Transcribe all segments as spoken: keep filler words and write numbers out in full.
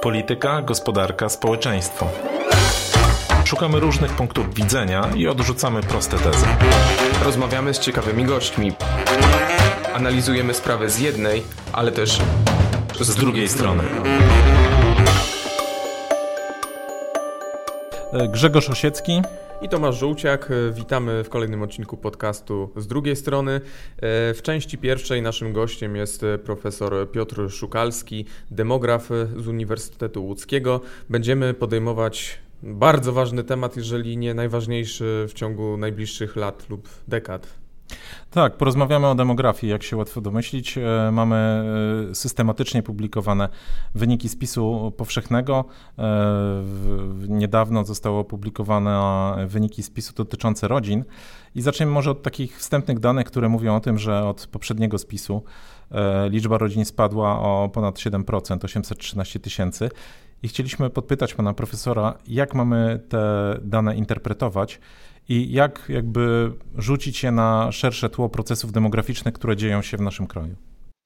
Polityka, gospodarka, społeczeństwo. Szukamy różnych punktów widzenia i odrzucamy proste tezy. Rozmawiamy z ciekawymi gośćmi. Analizujemy sprawy z jednej, ale też z, z drugiej strony. Grzegorz Osiecki i Tomasz Żółciak. Witamy w kolejnym odcinku podcastu Z drugiej strony. W części pierwszej naszym gościem jest profesor Piotr Szukalski, demograf z Uniwersytetu Łódzkiego. Będziemy podejmować bardzo ważny temat, jeżeli nie najważniejszy w ciągu najbliższych lat lub dekad. Tak, porozmawiamy o demografii, jak się łatwo domyślić. Mamy systematycznie publikowane wyniki spisu powszechnego. Niedawno zostały opublikowane wyniki spisu dotyczące rodzin. I zaczniemy może od takich wstępnych danych, które mówią o tym, że od poprzedniego spisu liczba rodzin spadła o ponad siedem procent, osiemset trzynaście tysięcy. I chcieliśmy podpytać pana profesora, jak mamy te dane interpretować i jak jakby rzucić je na szersze tło procesów demograficznych, które dzieją się w naszym kraju.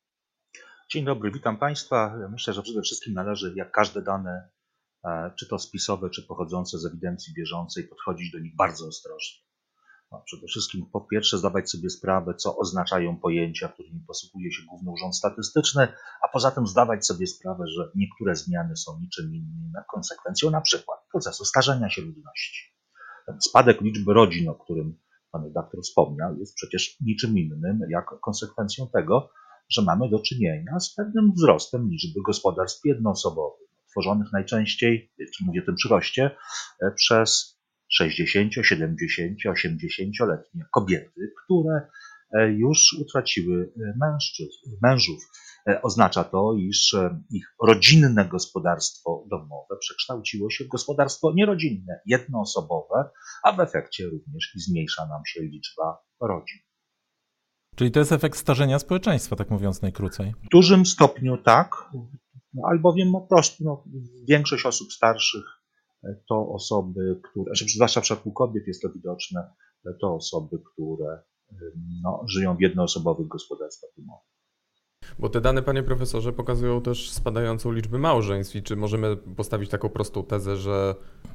Dzień dobry, witam Państwa. Myślę, że przede wszystkim należy, jak każde dane, czy to spisowe, czy pochodzące z ewidencji bieżącej, podchodzić do nich bardzo ostrożnie. No, przede wszystkim po pierwsze zdawać sobie sprawę, co oznaczają pojęcia, którymi posługuje się Główny Urząd Statystyczny, a poza tym zdawać sobie sprawę, że niektóre zmiany są niczym innym jak konsekwencją na przykład procesu starzenia się ludności. Ten spadek liczby rodzin, o którym pan redaktor wspomniał, jest przecież niczym innym jak konsekwencją tego, że mamy do czynienia z pewnym wzrostem liczby gospodarstw jednoosobowych, tworzonych najczęściej, czy mówię o tym przyroście, przez sześćdziesięcio-, siedemdziesięcio-, osiemdziesięcioletnie kobiety, które już utraciły mężczyzn, mężów. Oznacza to, iż ich rodzinne gospodarstwo domowe przekształciło się w gospodarstwo nierodzinne, jednoosobowe, a w efekcie również i zmniejsza nam się liczba rodzin. Czyli to jest efekt starzenia społeczeństwa, tak mówiąc najkrócej? W dużym stopniu tak, albowiem po prostu no, większość osób starszych to osoby, które, zwłaszcza w przypadku kobiet jest to widoczne, to osoby, które no, żyją w jednoosobowych gospodarstwach domowych. Bo te dane, panie profesorze, pokazują też spadającą liczbę małżeństw i czy możemy postawić taką prostą tezę, że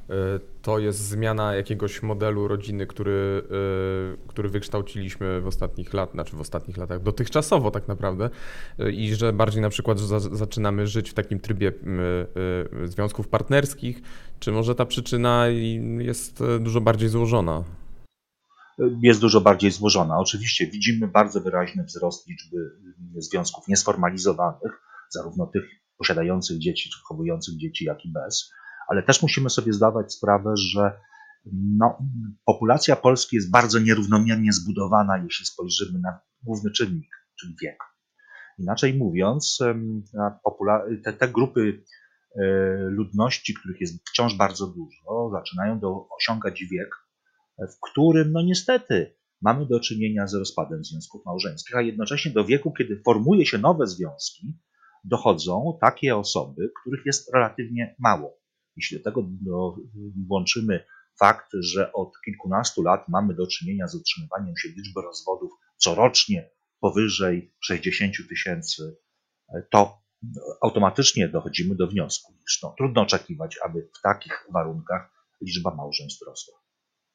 to jest zmiana jakiegoś modelu rodziny, który, który wykształciliśmy w ostatnich latach, znaczy w ostatnich latach, dotychczasowo tak naprawdę i że bardziej na przykład za, zaczynamy żyć w takim trybie związków partnerskich, czy może ta przyczyna jest dużo bardziej złożona? Jest dużo bardziej złożona. Oczywiście widzimy bardzo wyraźny wzrost liczby związków niesformalizowanych, zarówno tych posiadających dzieci, czy wychowujących dzieci, jak i bez, ale też musimy sobie zdawać sprawę, że no, populacja Polski jest bardzo nierównomiernie zbudowana, jeśli spojrzymy na główny czynnik, czyli wiek. Inaczej mówiąc, te, te grupy ludności, których jest wciąż bardzo dużo, zaczynają do, osiągać wiek, w którym no niestety mamy do czynienia z rozpadem związków małżeńskich, a jednocześnie do wieku, kiedy formuje się nowe związki, dochodzą takie osoby, których jest relatywnie mało. Jeśli do tego do, włączymy fakt, że od kilkunastu lat mamy do czynienia z utrzymywaniem się liczby rozwodów corocznie powyżej sześćdziesiąt tysięcy, to automatycznie dochodzimy do wniosku, iż no, trudno oczekiwać, aby w takich warunkach liczba małżeństw rosła.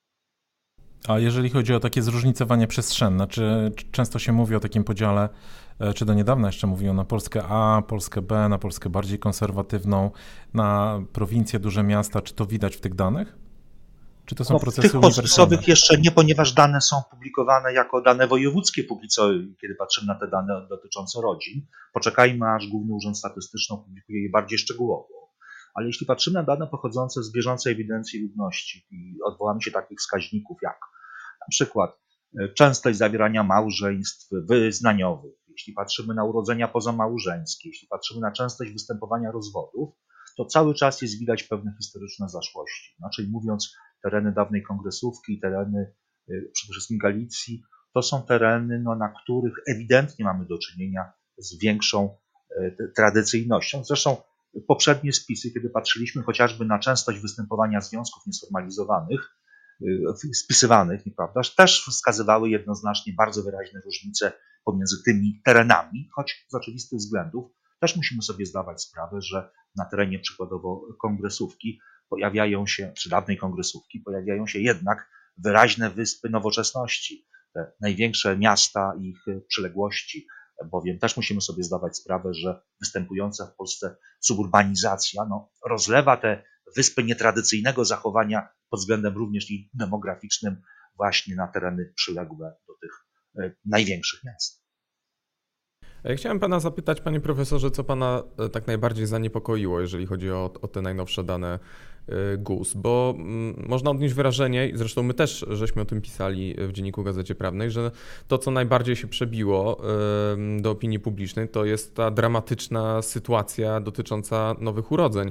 A jeżeli chodzi o takie zróżnicowanie przestrzenne, czy często się mówi o takim podziale, czy do niedawna jeszcze mówiło na Polskę A, Polskę B, na Polskę bardziej konserwatywną, na prowincje, duże miasta, czy to widać w tych danych? Czy to są no, procesy uniwersalne? Tych podstawowych jeszcze nie, ponieważ dane są publikowane jako dane wojewódzkie póki co, kiedy patrzymy na te dane dotyczące rodzin. Poczekajmy, aż Główny Urząd Statystyczny opublikuje je bardziej szczegółowo. Ale jeśli patrzymy na dane pochodzące z bieżącej ewidencji ludności i odwołamy się takich wskaźników jak na przykład częstość zawierania małżeństw wyznaniowych, jeśli patrzymy na urodzenia pozamałżeńskie, jeśli patrzymy na częstość występowania rozwodów, to cały czas jest widać pewne historyczne zaszłości. Inaczej mówiąc, tereny dawnej kongresówki, tereny przede wszystkim Galicji, to są tereny, no, na których ewidentnie mamy do czynienia z większą tradycyjnością. Zresztą poprzednie spisy, kiedy patrzyliśmy chociażby na częstość występowania związków niesformalizowanych, spisywanych, nieprawdaż, też wskazywały jednoznacznie bardzo wyraźne różnice pomiędzy tymi terenami, choć z oczywistych względów też musimy sobie zdawać sprawę, że na terenie przykładowo kongresówki pojawiają się, czy dawnej kongresówki, pojawiają się jednak wyraźne wyspy nowoczesności, te największe miasta i ich przyległości, bowiem też musimy sobie zdawać sprawę, że występująca w Polsce suburbanizacja no, rozlewa te wyspy nietradycyjnego zachowania pod względem również i demograficznym właśnie na tereny przyległe do tych największych miast. Ja chciałem pana zapytać, panie profesorze, co pana tak najbardziej zaniepokoiło, jeżeli chodzi o, o te najnowsze dane G U S, bo można odnieść wrażenie, zresztą my też żeśmy o tym pisali w Dzienniku Gazecie Prawnej, że to, co najbardziej się przebiło do opinii publicznej, to jest ta dramatyczna sytuacja dotycząca nowych urodzeń.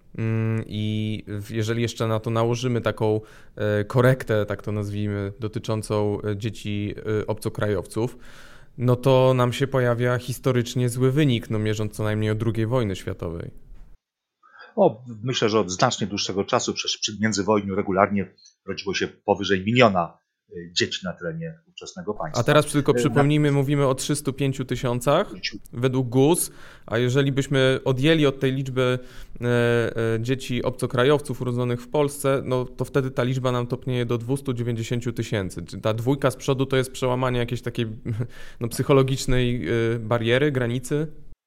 I jeżeli jeszcze na to nałożymy taką korektę, tak to nazwijmy, dotyczącą dzieci obcokrajowców, no to nam się pojawia historycznie zły wynik, no mierząc co najmniej od drugiej wojny światowej. O, myślę, że od znacznie dłuższego czasu, przecież przy międzywojniu regularnie rodziło się powyżej miliona dzieci na terenie ówczesnego państwa. A teraz tylko przypomnijmy, na... mówimy o trzystu pięciu tysiącach według G U S, a jeżeli byśmy odjęli od tej liczby e, e, dzieci obcokrajowców urodzonych w Polsce, no to wtedy ta liczba nam topnieje do dwieście dziewięćdziesiąt tysięcy. Ta dwójka z przodu to jest przełamanie jakiejś takiej no, psychologicznej e, bariery, granicy?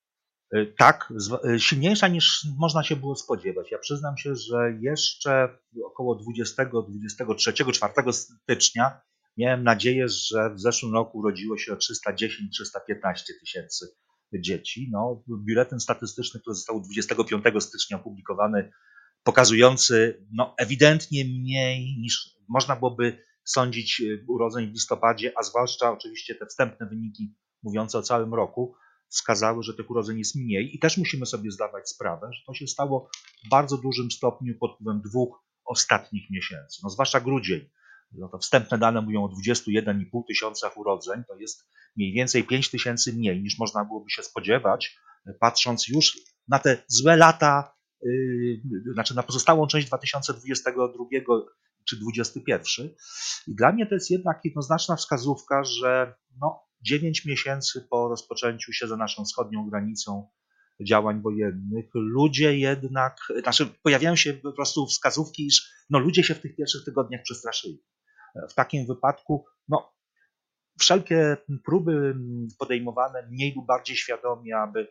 Tak, silniejsza niż można się było spodziewać. Ja przyznam się, że jeszcze około dwudziestego, dwudziestego trzeciego, czwartego stycznia miałem nadzieję, że w zeszłym roku urodziło się trzysta dziesięć, trzysta piętnaście tysięcy dzieci. No, biuletyn statystyczny, który został dwudziestego piątego stycznia opublikowany, pokazujący no, ewidentnie mniej niż można byłoby sądzić urodzeń w listopadzie, a zwłaszcza oczywiście te wstępne wyniki mówiące o całym roku, wskazały, że tych urodzeń jest mniej i też musimy sobie zdawać sprawę, że to się stało w bardzo dużym stopniu pod wpływem dwóch ostatnich miesięcy, no zwłaszcza grudzień. No to wstępne dane mówią o dwudziestu jeden i pół tysiącach urodzeń, to jest mniej więcej pięć tysięcy mniej niż można byłoby się spodziewać, patrząc już na te złe lata, yy, znaczy na pozostałą część dwa tysiące dwudziestego drugiego czy dwudziesty pierwszy. I dla mnie to jest jednak jednoznaczna wskazówka, że no, dziewięć miesięcy po rozpoczęciu się za naszą wschodnią granicą działań wojennych, ludzie jednak, znaczy pojawiają się po prostu wskazówki, iż no, ludzie się w tych pierwszych tygodniach przestraszyli. W takim wypadku no, wszelkie próby podejmowane mniej lub bardziej świadomie, aby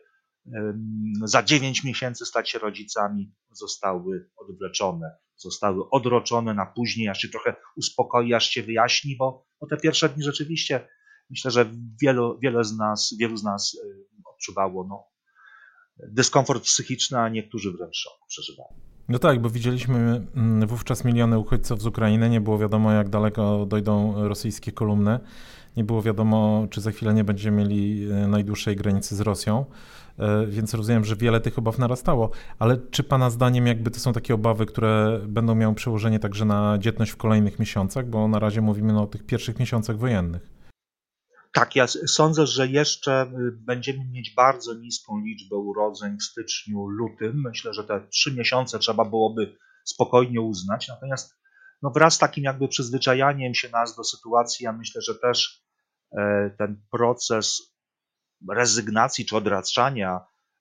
za dziewięć miesięcy stać się rodzicami, zostały odwleczone, zostały odroczone na później, aż się trochę uspokoi, aż się wyjaśni, bo, bo te pierwsze dni rzeczywiście myślę, że wielu, wiele z nas, wielu z nas odczuwało no, dyskomfort psychiczny, a niektórzy wręcz szok przeżywali. No tak, bo widzieliśmy wówczas miliony uchodźców z Ukrainy, nie było wiadomo, jak daleko dojdą rosyjskie kolumny, nie było wiadomo, czy za chwilę nie będziemy mieli najdłuższej granicy z Rosją, więc rozumiem, że wiele tych obaw narastało, ale czy pana zdaniem jakby to są takie obawy, które będą miały przełożenie także na dzietność w kolejnych miesiącach, bo na razie mówimy no, o tych pierwszych miesiącach wojennych? Tak, ja sądzę, że jeszcze będziemy mieć bardzo niską liczbę urodzeń w styczniu, lutym. Myślę, że te trzy miesiące trzeba byłoby spokojnie uznać. Natomiast no wraz z takim jakby przyzwyczajaniem się nas do sytuacji, ja myślę, że też ten proces rezygnacji czy odraczania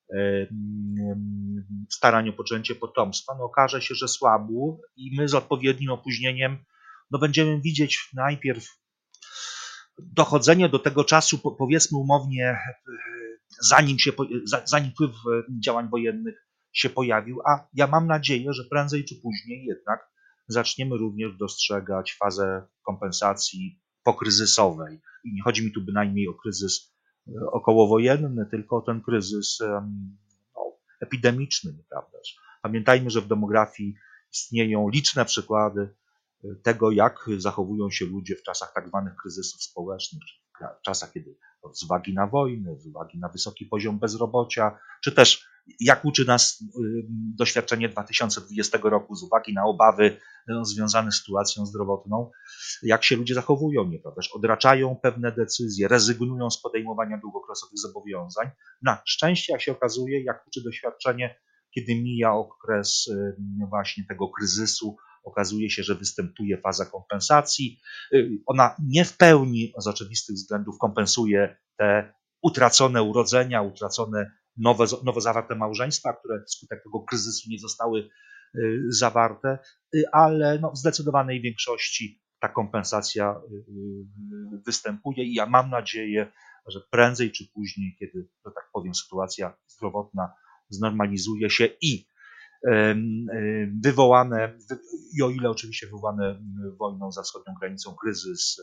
starań o poczęcie potomstwa no okaże się, że słabł i my z odpowiednim opóźnieniem no będziemy widzieć najpierw dochodzenie do tego czasu, powiedzmy umownie, zanim, się, zanim wpływ działań wojennych się pojawił, a ja mam nadzieję, że prędzej czy później jednak zaczniemy również dostrzegać fazę kompensacji pokryzysowej. I nie chodzi mi tu bynajmniej o kryzys okołowojenny, tylko o ten kryzys no, epidemiczny, nieprawdaż? Pamiętajmy, że w demografii istnieją liczne przykłady tego, jak zachowują się ludzie w czasach tak zwanych kryzysów społecznych, w czasach, kiedy z uwagi na wojnę, z uwagi na wysoki poziom bezrobocia, czy też jak uczy nas doświadczenie dwa tysiące dwudziestego roku z uwagi na obawy no, związane z sytuacją zdrowotną, jak się ludzie zachowują, nieprawdaż? Odraczają pewne decyzje, rezygnują z podejmowania długokresowych zobowiązań. Na szczęście, jak się okazuje, jak uczy doświadczenie, kiedy mija okres właśnie tego kryzysu, okazuje się, że występuje faza kompensacji. Ona nie w pełni z oczywistych względów kompensuje te utracone urodzenia, utracone nowe, nowo zawarte małżeństwa, które wskutek tego kryzysu nie zostały zawarte, ale no w zdecydowanej większości ta kompensacja występuje i ja mam nadzieję, że prędzej czy później, kiedy, że tak powiem, sytuacja zdrowotna znormalizuje się i wywołane, i o ile oczywiście wywołane wojną za wschodnią granicą kryzys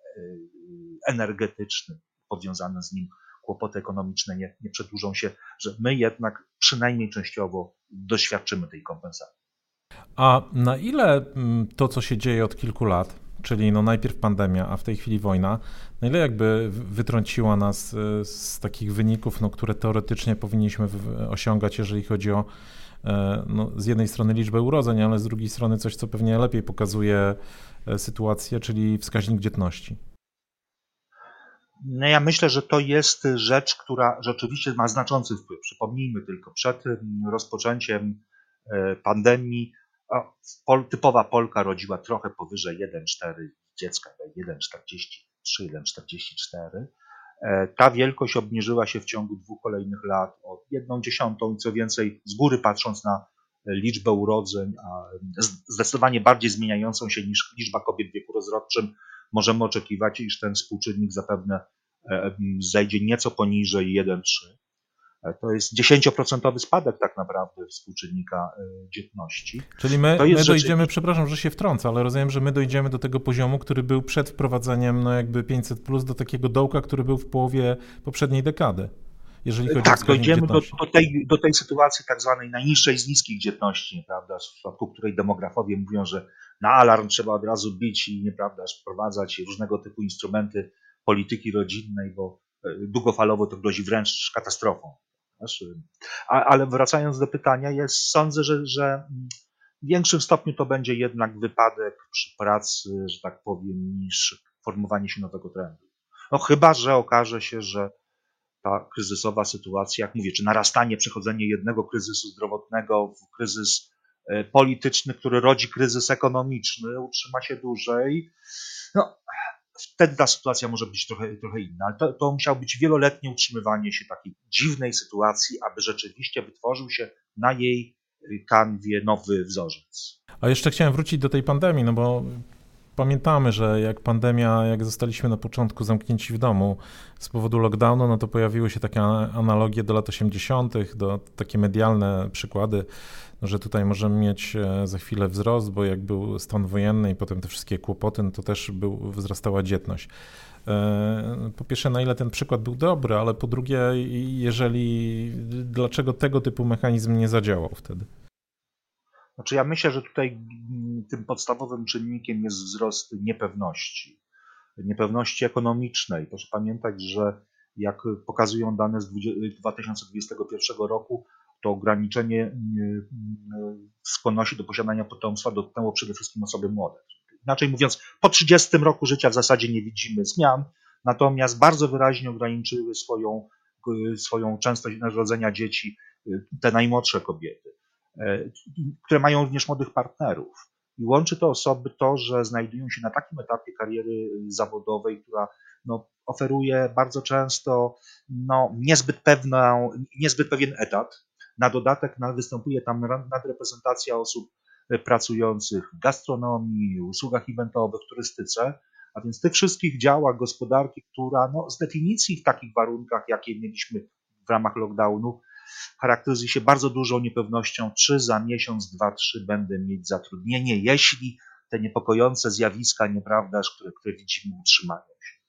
energetyczny, powiązane z nim kłopoty ekonomiczne nie, nie przedłużą się, że my jednak przynajmniej częściowo doświadczymy tej kompensacji. A na ile to, co się dzieje od kilku lat, czyli no najpierw pandemia, a w tej chwili wojna, na ile jakby wytrąciła nas z takich wyników, no, które teoretycznie powinniśmy osiągać, jeżeli chodzi o no, z jednej strony liczbę urodzeń, ale z drugiej strony coś, co pewnie lepiej pokazuje sytuację, czyli wskaźnik dzietności? No ja myślę, że to jest rzecz, która rzeczywiście ma znaczący wpływ. Przypomnijmy tylko, przed rozpoczęciem pandemii typowa Polka rodziła trochę powyżej jeden przecinek cztery dziecka, jeden przecinek czterdzieści trzy, jeden przecinek czterdzieści cztery. Ta wielkość obniżyła się w ciągu dwóch kolejnych lat o jedną dziesiątą i co więcej, z góry patrząc na liczbę urodzeń, a zdecydowanie bardziej zmieniającą się niż liczba kobiet w wieku rozrodczym, możemy oczekiwać, iż ten współczynnik zapewne zejdzie nieco poniżej jeden przecinek trzy. To jest dziesięcioprocentowy spadek tak naprawdę współczynnika dzietności. Czyli my, my dojdziemy, rzeczywiście... przepraszam, że się wtrącę, ale rozumiem, że my dojdziemy do tego poziomu, który był przed wprowadzeniem no jakby pięćset plus, do takiego dołka, który był w połowie poprzedniej dekady. Jeżeli chodzi tak, o dojdziemy do, do, tej, do tej sytuacji tak zwanej najniższej z niskich dzietności, prawda, w przypadku której demografowie mówią, że na alarm trzeba od razu bić i nieprawda, wprowadzać różnego typu instrumenty polityki rodzinnej, bo długofalowo to grozi wręcz katastrofą. Ale wracając do pytania, jest, sądzę, że, że w większym stopniu to będzie jednak wypadek przy pracy, że tak powiem, niż formowanie się nowego trendu. No chyba że okaże się, że ta kryzysowa sytuacja, jak mówię, czy narastanie, przechodzenie jednego kryzysu zdrowotnego w kryzys polityczny, który rodzi kryzys ekonomiczny, utrzyma się dłużej, no wtedy ta sytuacja może być trochę, trochę inna, ale to, to musiało być wieloletnie utrzymywanie się takiej dziwnej sytuacji, aby rzeczywiście wytworzył się na jej kanwie nowy wzorzec. A jeszcze chciałem wrócić do tej pandemii, no bo pamiętamy, że jak pandemia, jak zostaliśmy na początku zamknięci w domu z powodu lockdownu, no to pojawiły się takie analogie do lat osiemdziesiątych, do takie medialne przykłady, no, że tutaj możemy mieć za chwilę wzrost, bo jak był stan wojenny i potem te wszystkie kłopoty, no to też był, wzrastała dzietność. Po pierwsze, na ile ten przykład był dobry, ale po drugie, jeżeli, dlaczego tego typu mechanizm nie zadziałał wtedy? Znaczy ja myślę, że tutaj tym podstawowym czynnikiem jest wzrost niepewności, niepewności ekonomicznej. Proszę pamiętać, że jak pokazują dane z dwa tysiące dwudziestego pierwszego roku, to ograniczenie skłonności do posiadania potomstwa dotknęło przede wszystkim osoby młode. Inaczej mówiąc, po trzydziestym roku życia w zasadzie nie widzimy zmian, natomiast bardzo wyraźnie ograniczyły swoją, swoją częstość narodzenia dzieci te najmłodsze kobiety, które mają również młodych partnerów. I łączy to osoby to, że znajdują się na takim etapie kariery zawodowej, która no, oferuje bardzo często no, niezbyt, pewną, niezbyt pewien etat. Na dodatek występuje tam nadreprezentacja osób pracujących w gastronomii, usługach eventowych, turystyce, a więc tych wszystkich działach gospodarki, która no, z definicji w takich warunkach, jakie mieliśmy w ramach lockdownu, charakteryzuje się bardzo dużą niepewnością, czy za miesiąc, dwa, trzy będę mieć zatrudnienie, jeśli te niepokojące zjawiska, nieprawdaż, które, które widzimy, utrzymają się.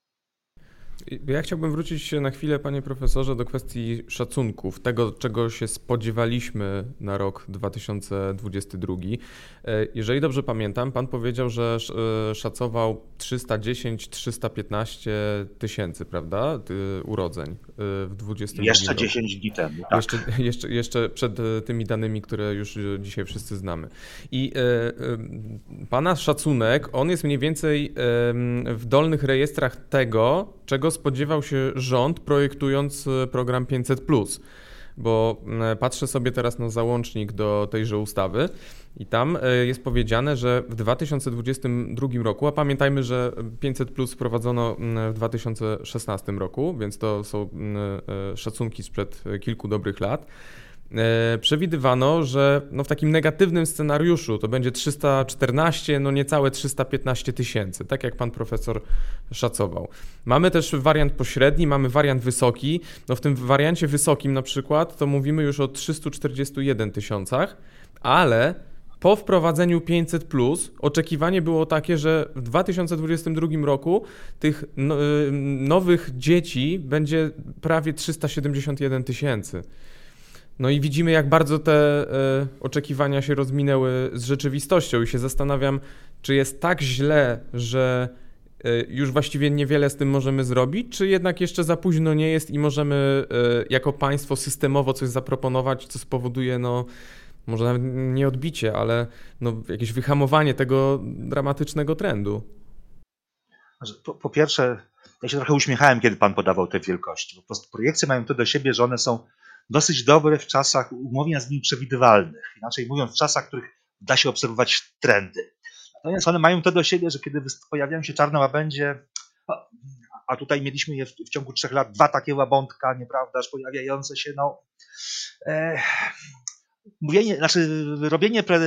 Ja chciałbym wrócić na chwilę, panie profesorze, do kwestii szacunków, tego, czego się spodziewaliśmy na rok dwa tysiące dwudziesty drugi. Jeżeli dobrze pamiętam, pan powiedział, że szacował trzysta dziesięć do trzystu piętnastu tysięcy, prawda, urodzeń w dwudziestym drugim Jeszcze roku. dziesięć dni temu. Tak. Jeszcze, jeszcze, jeszcze przed tymi danymi, które już dzisiaj wszyscy znamy. I y, pana szacunek, on jest mniej więcej y, w dolnych rejestrach tego, czego spodziewał się rząd, projektując program pięćset plus. bo patrzę sobie teraz na załącznik do tejże ustawy i tam jest powiedziane, że w dwa tysiące dwudziestym drugim roku, a pamiętajmy, że pięćset plus wprowadzono w dwa tysiące szesnastym roku, więc to są szacunki sprzed kilku dobrych lat, przewidywano, że no w takim negatywnym scenariuszu to będzie trzysta czternaście, no niecałe trzysta piętnaście tysięcy, tak jak pan profesor szacował. Mamy też wariant pośredni, mamy wariant wysoki. No w tym wariancie wysokim na przykład to mówimy już o trzystu czterdziestu jeden tysiącach, ale po wprowadzeniu pięćset plus oczekiwanie było takie, że w dwa tysiące dwudziestym drugim roku tych no, nowych dzieci będzie prawie trzysta siedemdziesiąt jeden tysięcy. No i widzimy, jak bardzo te y, oczekiwania się rozminęły z rzeczywistością i się zastanawiam, czy jest tak źle, że y, już właściwie niewiele z tym możemy zrobić, czy jednak jeszcze za późno nie jest i możemy y, jako państwo systemowo coś zaproponować, co spowoduje, no może nawet nie odbicie, ale no, jakieś wyhamowanie tego dramatycznego trendu. Po, po pierwsze, ja się trochę uśmiechałem, kiedy pan podawał te wielkości. Po prostu projekcje mają to do siebie, że one są dosyć dobre w czasach, umownie z nimi przewidywalnych. Inaczej mówiąc, w czasach, w których da się obserwować trendy. Natomiast one mają to do siebie, że kiedy pojawiają się czarne łabędzie, a tutaj mieliśmy je w, w ciągu trzech lat dwa takie łabątka, nieprawdaż, pojawiające się, no... E, mówienie, znaczy robienie, pre,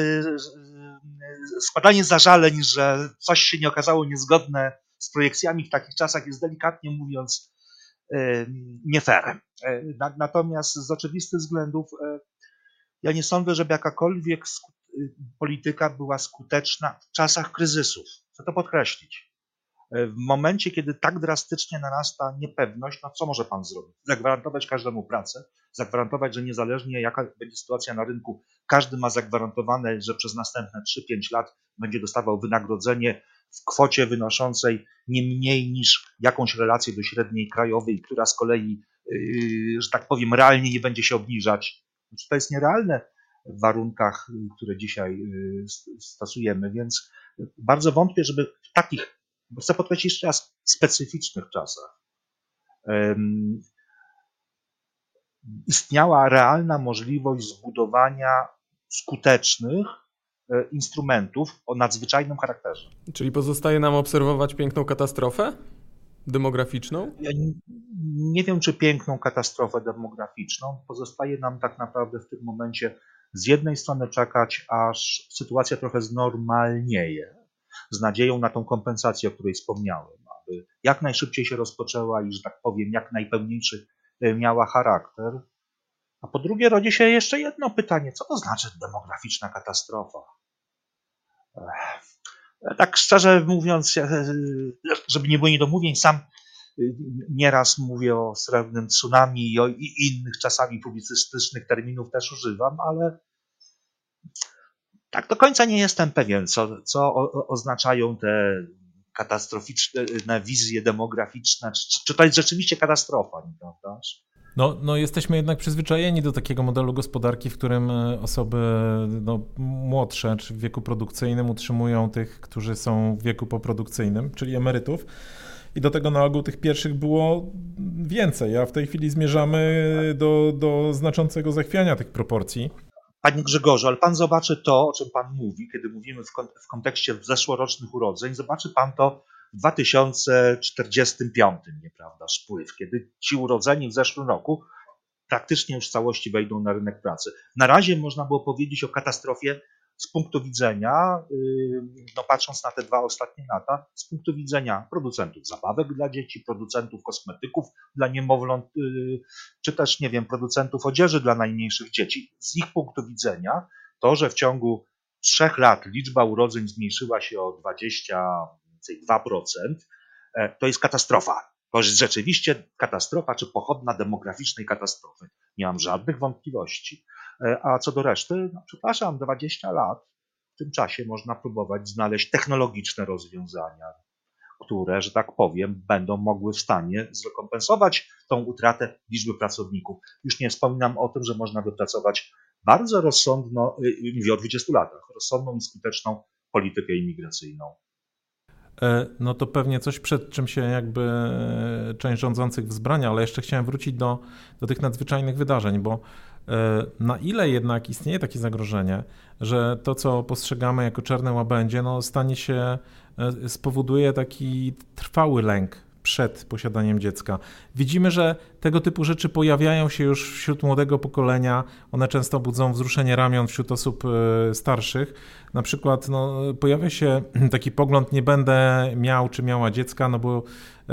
składanie zażaleń, że coś się nie okazało niezgodne z projekcjami w takich czasach jest delikatnie mówiąc nie fair. Natomiast z oczywistych względów ja nie sądzę, żeby jakakolwiek polityka była skuteczna w czasach kryzysów. Chcę to podkreślić. W momencie, kiedy tak drastycznie narasta niepewność, no co może pan zrobić? Zagwarantować każdemu pracę, zagwarantować, że niezależnie jaka będzie sytuacja na rynku, każdy ma zagwarantowane, że przez następne trzy pięć lat będzie dostawał wynagrodzenie w kwocie wynoszącej nie mniej niż jakąś relację do średniej krajowej, która z kolei, yy, że tak powiem, realnie nie będzie się obniżać. To jest nierealne w warunkach, które dzisiaj yy, stosujemy, więc bardzo wątpię, żeby w takich, chcę podkreślić jeszcze raz, specyficznych czasach yy, istniała realna możliwość zbudowania skutecznych instrumentów o nadzwyczajnym charakterze. Czyli pozostaje nam obserwować piękną katastrofę demograficzną? Ja nie, nie wiem, czy piękną katastrofę demograficzną. Pozostaje nam tak naprawdę w tym momencie z jednej strony czekać, aż sytuacja trochę znormalnieje, z nadzieją na tą kompensację, o której wspomniałem, aby jak najszybciej się rozpoczęła i, że tak powiem, jak najpełniejszy miała charakter. A po drugie rodzi się jeszcze jedno pytanie, co to znaczy demograficzna katastrofa? Tak szczerze mówiąc, żeby nie było niedomówień, sam nieraz mówię o srebrnym tsunami i o innych czasami publicystycznych terminów też używam, ale tak do końca nie jestem pewien, co, co oznaczają te katastroficzne wizje demograficzne, czy, czy to jest rzeczywiście katastrofa, nieprawda? No, no jesteśmy jednak przyzwyczajeni do takiego modelu gospodarki, w którym osoby no, młodsze czy w wieku produkcyjnym utrzymują tych, którzy są w wieku poprodukcyjnym, czyli emerytów. I do tego na ogół tych pierwszych było więcej, a w tej chwili zmierzamy do, do znaczącego zachwiania tych proporcji. Panie Grzegorzu, ale pan zobaczy to, o czym pan mówi, kiedy mówimy w, kont- w kontekście zeszłorocznych urodzeń, zobaczy pan to w dwa tysiące czterdziestym piątym, nieprawda, wpływ, kiedy ci urodzeni w zeszłym roku praktycznie już w całości wejdą na rynek pracy. Na razie można było powiedzieć o katastrofie z punktu widzenia, no patrząc na te dwa ostatnie lata, z punktu widzenia producentów zabawek dla dzieci, producentów kosmetyków dla niemowląt, czy też, nie wiem, producentów odzieży dla najmniejszych dzieci. Z ich punktu widzenia to, że w ciągu trzech lat liczba urodzeń zmniejszyła się o dwadzieścia dwa procent, to jest katastrofa. To jest rzeczywiście katastrofa, czy pochodna demograficznej katastrofy. Nie mam żadnych wątpliwości. A co do reszty, no przepraszam, dwadzieścia lat, w tym czasie można próbować znaleźć technologiczne rozwiązania, które, że tak powiem, będą mogły w stanie zrekompensować tą utratę liczby pracowników. Już nie wspominam o tym, że można wypracować bardzo rozsądną, mówię o dwudziestu latach, rozsądną i skuteczną politykę imigracyjną. no to pewnie coś, przed czym się jakby część rządzących wzbrania, ale jeszcze chciałem wrócić do, do tych nadzwyczajnych wydarzeń, bo na ile jednak istnieje takie zagrożenie, że to, co postrzegamy jako czarne łabędzie, no stanie się, spowoduje taki trwały lęk przed posiadaniem dziecka. Widzimy, że tego typu rzeczy pojawiają się już wśród młodego pokolenia. One często budzą wzruszenie ramion wśród osób starszych. Na przykład no, pojawia się taki pogląd, nie będę miał czy miała dziecka, no bo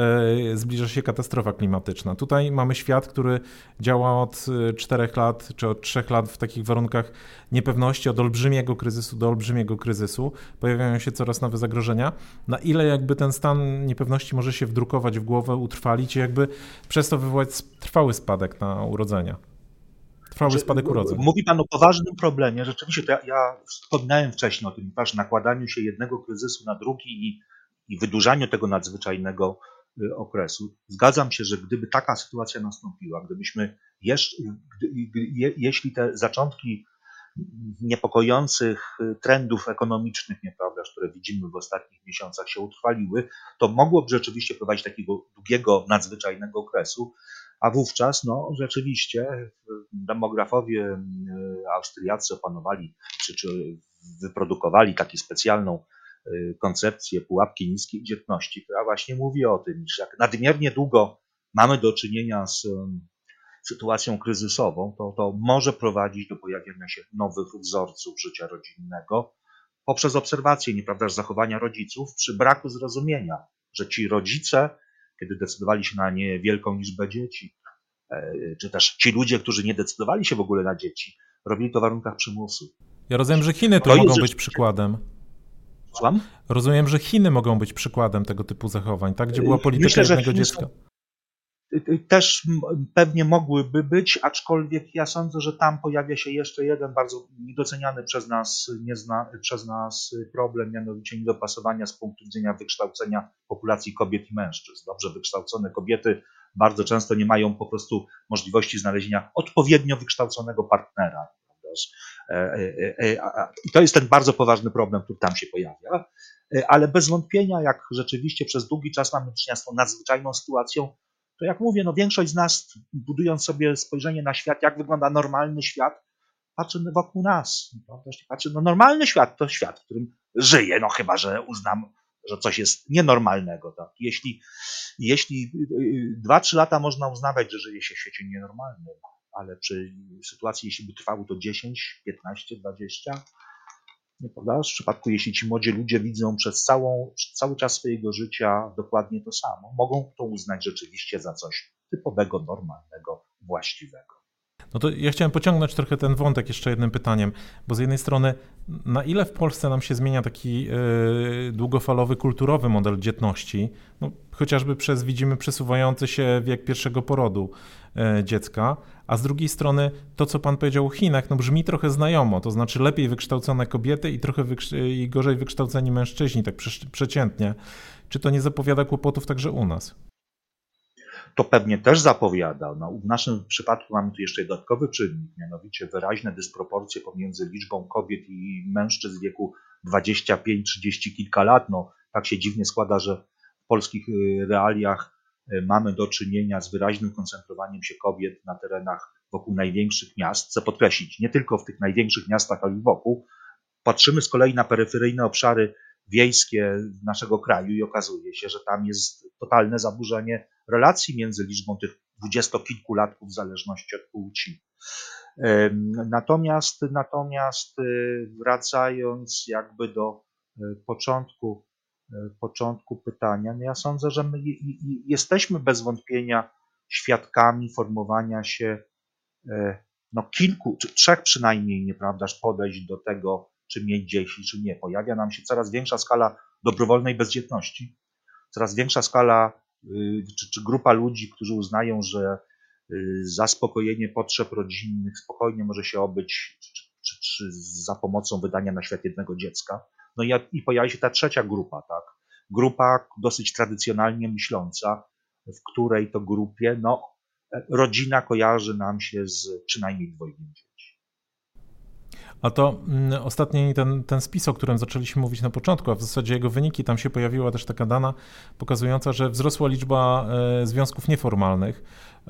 e, zbliża się katastrofa klimatyczna. Tutaj mamy świat, który działa od czterech lat czy od trzech lat w takich warunkach niepewności, od olbrzymiego kryzysu do olbrzymiego kryzysu. Pojawiają się coraz nowe zagrożenia. Na ile jakby ten stan niepewności może się wdrukować w głowę, utrwalić i jakby przez to wywołać trwały spadek na urodzenia. Trwały spadek urodzeń. Mówi Pan o poważnym problemie. Rzeczywiście, to ja, ja wspominałem wcześniej o tym nakładaniu się jednego kryzysu na drugi i, i wydłużaniu tego nadzwyczajnego okresu. Zgadzam się, że gdyby taka sytuacja nastąpiła, gdybyśmy jeszcze, gdy, je, jeśli te zaczątki niepokojących trendów ekonomicznych, nieprawdaż, które widzimy w ostatnich miesiącach się utrwaliły, to mogłoby rzeczywiście prowadzić do takiego długiego, nadzwyczajnego okresu, a wówczas no, rzeczywiście demografowie austriaccy opanowali, czy, czy wyprodukowali taką specjalną koncepcję pułapki niskiej dzietności, która właśnie mówi o tym, że jak nadmiernie długo mamy do czynienia z sytuacją kryzysową, to, to może prowadzić do pojawienia się nowych wzorców życia rodzinnego poprzez obserwację, nieprawdaż, zachowania rodziców przy braku zrozumienia, że ci rodzice, kiedy decydowali się na niewielką liczbę dzieci, czy też ci ludzie, którzy nie decydowali się w ogóle na dzieci, robili to w warunkach przymusu. Ja rozumiem, że Chiny tu to mogą jest... być przykładem. Słucham? Rozumiem, że Chiny mogą być przykładem tego typu zachowań, tak? Gdzie była polityka Myślę, jednego Chiny dziecka. Są... Też pewnie mogłyby być, aczkolwiek ja sądzę, że tam pojawia się jeszcze jeden bardzo niedoceniany przez nas, nie zna, przez nas problem, mianowicie niedopasowania z punktu widzenia wykształcenia populacji kobiet i mężczyzn. Dobrze wykształcone kobiety bardzo często nie mają po prostu możliwości znalezienia odpowiednio wykształconego partnera. I to jest ten bardzo poważny problem, który tam się pojawia, ale bez wątpienia, jak rzeczywiście przez długi czas mamy do czynienia z tą nadzwyczajną sytuacją, to jak mówię, no większość z nas, budując sobie spojrzenie na świat, jak wygląda normalny świat, patrzy wokół nas. Patrzy, no normalny świat to świat, w którym żyję, no chyba że uznam, że coś jest nienormalnego. Tak? Jeśli, jeśli dwa, trzy lata można uznawać, że żyje się w świecie nienormalnym, ale przy sytuacji, jeśli by trwało to dziesięć, piętnaście, dwadzieścia, nieprawdaż? W przypadku, jeśli ci młodzi ludzie widzą przez, całą, przez cały czas swojego życia dokładnie to samo, mogą to uznać rzeczywiście za coś typowego, normalnego, właściwego. No to ja chciałem pociągnąć trochę ten wątek jeszcze jednym pytaniem, bo z jednej strony, na ile w Polsce nam się zmienia taki yy, długofalowy, kulturowy model dzietności, no, chociażby przez, widzimy, przesuwający się wiek pierwszego porodu yy, dziecka, a z drugiej strony to, co pan powiedział o Chinach, no brzmi trochę znajomo, to znaczy lepiej wykształcone kobiety i trochę wykształ- i gorzej wykształceni mężczyźni, tak prze- przeciętnie. Czy to nie zapowiada kłopotów także u nas? To pewnie też zapowiada. No, w naszym przypadku mamy tu jeszcze dodatkowy czynnik, mianowicie wyraźne dysproporcje pomiędzy liczbą kobiet i mężczyzn w wieku dwadzieścia pięć, trzydzieści kilka lat. No, tak się dziwnie składa, że w polskich realiach mamy do czynienia z wyraźnym koncentrowaniem się kobiet na terenach wokół największych miast. Chcę podkreślić, nie tylko w tych największych miastach, ale i wokół. Patrzymy z kolei na peryferyjne obszary wiejskie naszego kraju i okazuje się, że tam jest totalne zaburzenie relacji między liczbą tych dwudziestokilkulatków w zależności od płci. Natomiast, natomiast wracając jakby do początku, początku pytania, no ja sądzę, że my jesteśmy bez wątpienia świadkami formowania się no kilku, czy trzech przynajmniej, nieprawdaż, podejść do tego, czy mieć dzieci, czy nie. Pojawia nam się coraz większa skala dobrowolnej bezdzietności, coraz większa skala, czy, czy grupa ludzi, którzy uznają, że zaspokojenie potrzeb rodzinnych spokojnie może się obyć czy, czy, czy za pomocą wydania na świat jednego dziecka. No i, i pojawia się ta trzecia grupa, tak? Grupa dosyć tradycjonalnie myśląca, w której to grupie no, rodzina kojarzy nam się z przynajmniej dwojgiem dzieci. A to mm, ostatni ten, ten spis, o którym zaczęliśmy mówić na początku, a w zasadzie jego wyniki, tam się pojawiła też taka dana pokazująca, że wzrosła liczba e, związków nieformalnych, e,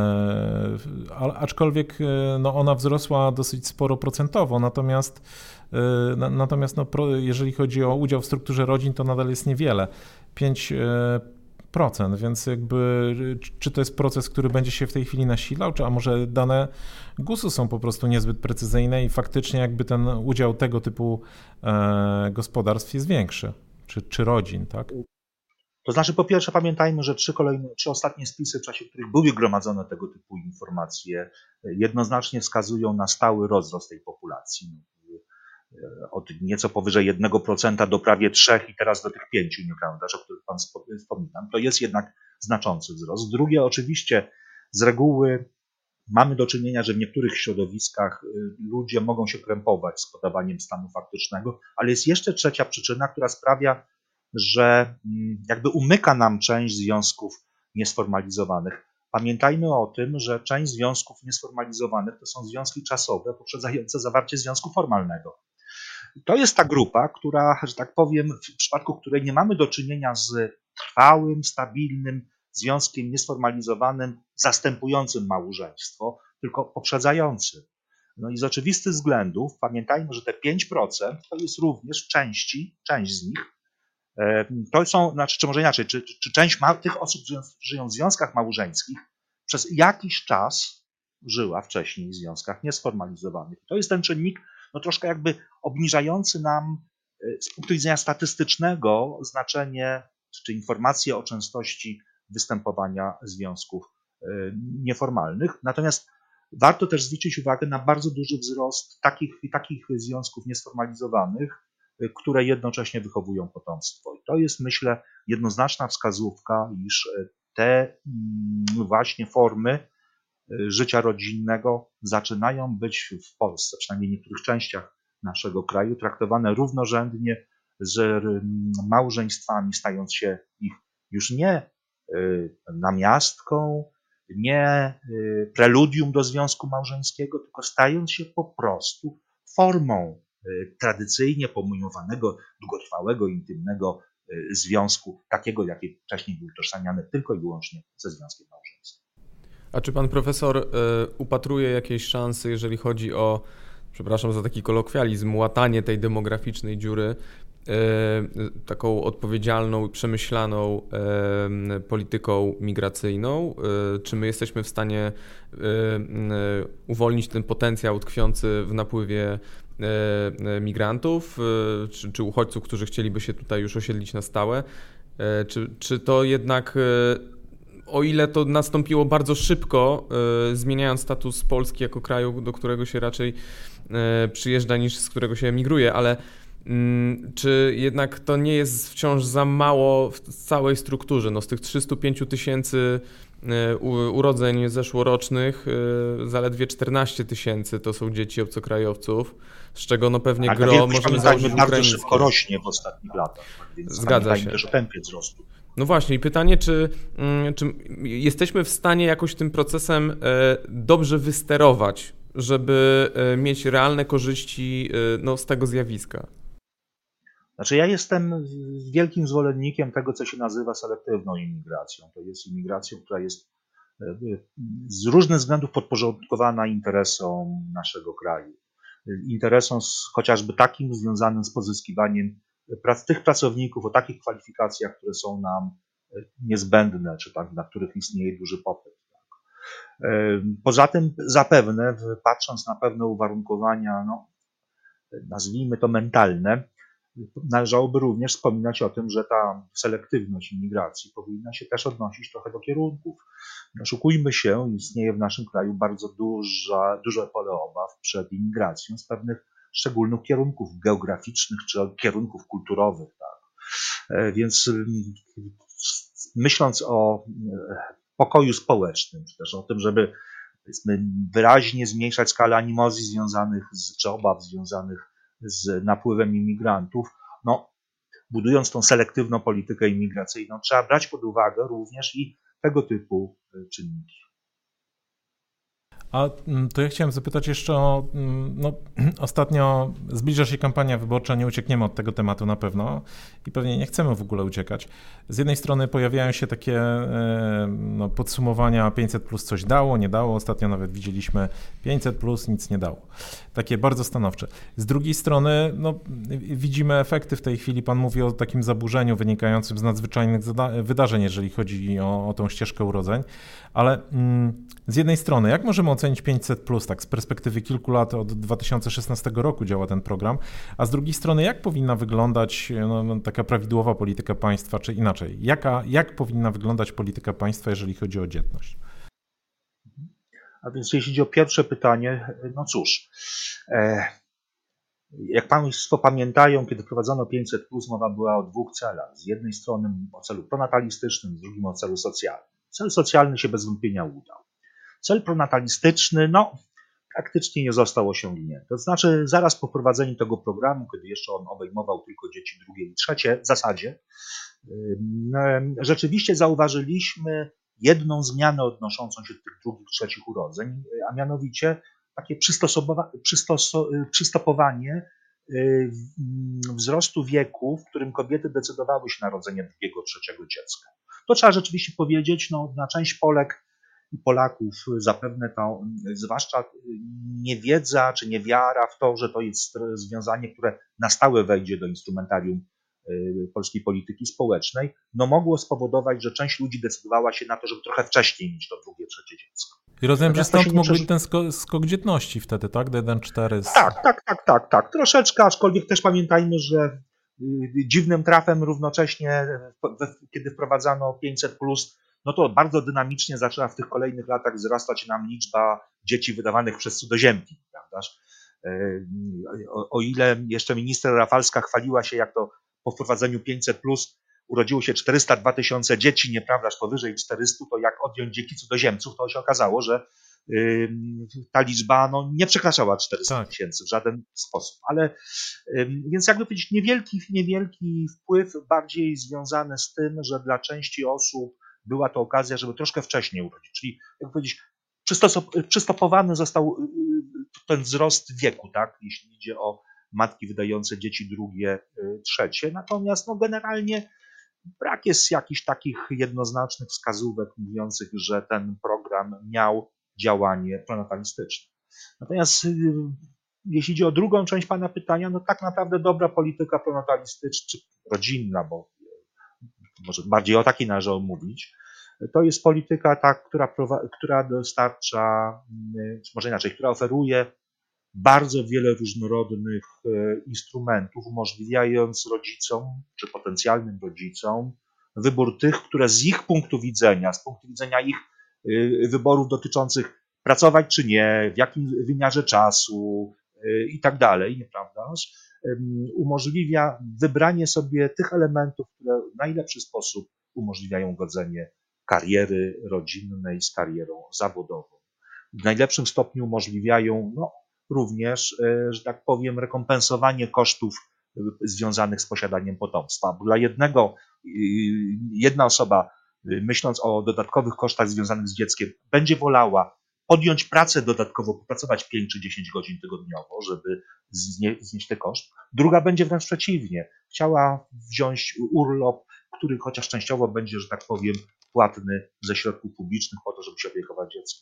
a, aczkolwiek e, no, ona wzrosła dosyć sporo procentowo, natomiast, e, na, natomiast no, pro, jeżeli chodzi o udział w strukturze rodzin, to nadal jest niewiele. pięć procent, więc jakby czy to jest proces, który będzie się w tej chwili nasilał, czy a może dane gusu są po prostu niezbyt precyzyjne i faktycznie jakby ten udział tego typu e, gospodarstw jest większy, czy, czy rodzin, tak? To znaczy, po pierwsze pamiętajmy, że trzy kolejne, trzy ostatnie spisy, w czasie których były gromadzone tego typu informacje, jednoznacznie wskazują na stały rozrost tej populacji. Od nieco powyżej jednego procenta do prawie trzech procent i teraz do tych pięciu, nieprawda, o których Pan wspominam. To jest jednak znaczący wzrost. Drugie, oczywiście z reguły mamy do czynienia, że w niektórych środowiskach ludzie mogą się krępować z podawaniem stanu faktycznego, ale jest jeszcze trzecia przyczyna, która sprawia, że jakby umyka nam część związków niesformalizowanych. Pamiętajmy o tym, że część związków niesformalizowanych to są związki czasowe poprzedzające zawarcie związku formalnego. To jest ta grupa, która, że tak powiem, w przypadku której nie mamy do czynienia z trwałym, stabilnym związkiem niesformalizowanym, zastępującym małżeństwo, tylko poprzedzającym. No i z oczywistych względów pamiętajmy, że te pięć procent to jest również w części, część z nich, to są, znaczy, czy może inaczej, czy, czy część ma, tych osób, które żyją w związkach małżeńskich, przez jakiś czas żyła wcześniej w związkach niesformalizowanych. To jest ten czynnik, no troszkę jakby obniżający nam z punktu widzenia statystycznego znaczenie, czy informacje o częstości występowania związków nieformalnych. Natomiast warto też zwrócić uwagę na bardzo duży wzrost takich, takich związków niesformalizowanych, które jednocześnie wychowują potomstwo. I to jest, myślę, jednoznaczna wskazówka, iż te właśnie formy życia rodzinnego zaczynają być w Polsce, przynajmniej w niektórych częściach naszego kraju, traktowane równorzędnie z małżeństwami, stając się ich już nie namiastką, nie preludium do związku małżeńskiego, tylko stając się po prostu formą tradycyjnie pojmowanego, długotrwałego, intymnego związku, takiego, jaki wcześniej był utożsamiany tylko i wyłącznie ze związkiem małżeńskim. A czy pan profesor y, upatruje jakiejś szansy, jeżeli chodzi o, przepraszam za taki kolokwializm, łatanie tej demograficznej dziury, y, taką odpowiedzialną i przemyślaną y, polityką migracyjną? Y, czy my jesteśmy w stanie y, y, uwolnić ten potencjał tkwiący w napływie y, migrantów, y, czy, czy uchodźców, którzy chcieliby się tutaj już osiedlić na stałe? Y, czy, czy to jednak... Y, O ile to nastąpiło bardzo szybko, y, zmieniając status Polski jako kraju, do którego się raczej y, przyjeżdża niż z którego się emigruje, ale y, czy jednak to nie jest wciąż za mało w całej strukturze? No, z tych trzystu pięciu tysięcy y, urodzeń zeszłorocznych y, zaledwie czternaście tysięcy to są dzieci obcokrajowców, z czego no pewnie tak, gro możemy założyć bardzo ukraińskie. szybko rośnie w ostatnich latach, więc Zgadza się. też o tempie wzrostu. No właśnie i pytanie, czy, czy jesteśmy w stanie jakoś tym procesem dobrze wysterować, żeby mieć realne korzyści no, z tego zjawiska? Znaczy ja jestem wielkim zwolennikiem tego, co się nazywa selektywną imigracją. To jest imigracją, która jest z różnych względów podporządkowana interesom naszego kraju. Interesom chociażby takim związanym z pozyskiwaniem tych pracowników o takich kwalifikacjach, które są nam niezbędne, czy tak, na których istnieje duży popyt. Poza tym zapewne, patrząc na pewne uwarunkowania, no, nazwijmy to mentalne, należałoby również wspominać o tym, że ta selektywność imigracji powinna się też odnosić trochę do kierunków. Nie oszukujmy się, istnieje w naszym kraju bardzo duża, duże pole obaw przed imigracją z pewnych szczególnych kierunków geograficznych czy kierunków kulturowych. Tak. Więc myśląc o pokoju społecznym, czy też o tym, żeby wyraźnie zmniejszać skalę animozji związanych z, czy obaw związanych z napływem imigrantów, no, budując tą selektywną politykę imigracyjną, trzeba brać pod uwagę również i tego typu czynniki. A to ja chciałem zapytać jeszcze o, no ostatnio zbliża się kampania wyborcza, nie uciekniemy od tego tematu na pewno i pewnie nie chcemy w ogóle uciekać. Z jednej strony pojawiają się takie no, podsumowania pięćset plus coś dało, nie dało, ostatnio nawet widzieliśmy pięćset plus nic nie dało. Takie bardzo stanowcze. Z drugiej strony no, widzimy efekty w tej chwili, pan mówi o takim zaburzeniu wynikającym z nadzwyczajnych wydarzeń, jeżeli chodzi o, o tą ścieżkę urodzeń, ale mm, z jednej strony, jak możemy ocenić pięćset plus, tak z perspektywy kilku lat, od dwa tysiące szesnastego roku działa ten program, a z drugiej strony, jak powinna wyglądać no, taka prawidłowa polityka państwa, czy inaczej, jaka, jak powinna wyglądać polityka państwa, jeżeli chodzi o dzietność? A więc jeśli chodzi o pierwsze pytanie, no cóż, e, jak Państwo pamiętają, kiedy wprowadzono pięćset plus, mowa była o dwóch celach. Z jednej strony o celu pronatalistycznym, z drugiej o celu socjalnym. Cel socjalny się bez wątpienia udał. Cel pronatalistyczny, no, praktycznie nie został osiągnięty. To znaczy, zaraz po wprowadzeniu tego programu, kiedy jeszcze on obejmował tylko dzieci drugie i trzecie, w zasadzie, rzeczywiście zauważyliśmy jedną zmianę odnoszącą się do tych drugich, trzecich urodzeń, a mianowicie takie przystopowanie wzrostu wieku, w którym kobiety decydowały się na narodzenie drugiego, trzeciego dziecka. To trzeba rzeczywiście powiedzieć, no, na część Polek i Polaków zapewne to, zwłaszcza niewiedza czy niewiara w to, że to jest rozwiązanie, które na stałe wejdzie do instrumentarium polskiej polityki społecznej, no mogło spowodować, że część ludzi decydowała się na to, żeby trochę wcześniej mieć to drugie, trzecie dziecko. I rozumiem, że stąd mógł przeż... być ten skok, skok dzietności wtedy, tak? Do jeden przecinek cztery. Z... Tak, tak, tak, tak, tak. Troszeczkę, aczkolwiek też pamiętajmy, że dziwnym trafem równocześnie, kiedy wprowadzano pięćset plus, no to bardzo dynamicznie zaczęła w tych kolejnych latach wzrastać nam liczba dzieci wydawanych przez cudzoziemki, prawdaż? O, o ile jeszcze minister Rafalska chwaliła się, jak to po wprowadzeniu pięćset plus urodziło się czterysta dwa tysiące dzieci, nieprawdaż, powyżej czterystu, to jak odjąć dzieci cudzoziemców, to się okazało, że y, ta liczba no, nie przekraczała czterystu tysięcy w żaden sposób. Ale y, więc jakby powiedzieć, niewielki, niewielki wpływ, bardziej związany z tym, że dla części osób była to okazja, żeby troszkę wcześniej urodzić. Czyli, jak powiedzieć, przystopowany został ten wzrost wieku, tak, jeśli idzie o matki wydające dzieci drugie, trzecie. Natomiast no, generalnie brak jest jakichś takich jednoznacznych wskazówek mówiących, że ten program miał działanie pronatalistyczne. Natomiast jeśli idzie o drugą część pana pytania, no tak naprawdę dobra polityka pronatalistyczna, czy rodzinna, bo może bardziej o takiej należy mówić, to jest polityka ta, która, która dostarcza, czy może inaczej, która oferuje bardzo wiele różnorodnych instrumentów, umożliwiając rodzicom, czy potencjalnym rodzicom, wybór tych, które z ich punktu widzenia, z punktu widzenia ich wyborów dotyczących pracować czy nie, w jakim wymiarze czasu i tak dalej, nieprawdaż, umożliwia wybranie sobie tych elementów, które w najlepszy sposób umożliwiają godzenie kariery rodzinnej z karierą zawodową. W najlepszym stopniu umożliwiają no, również, że tak powiem, rekompensowanie kosztów związanych z posiadaniem potomstwa. Bo dla jednego, jedna osoba, myśląc o dodatkowych kosztach związanych z dzieckiem, będzie wolała podjąć pracę dodatkowo, popracować pięć czy dziesięć godzin tygodniowo, żeby znieść ten koszt. Druga będzie wręcz przeciwnie. Chciała wziąć urlop, który chociaż częściowo będzie, że tak powiem, płatny ze środków publicznych po to, żeby się opiekować dzieckiem.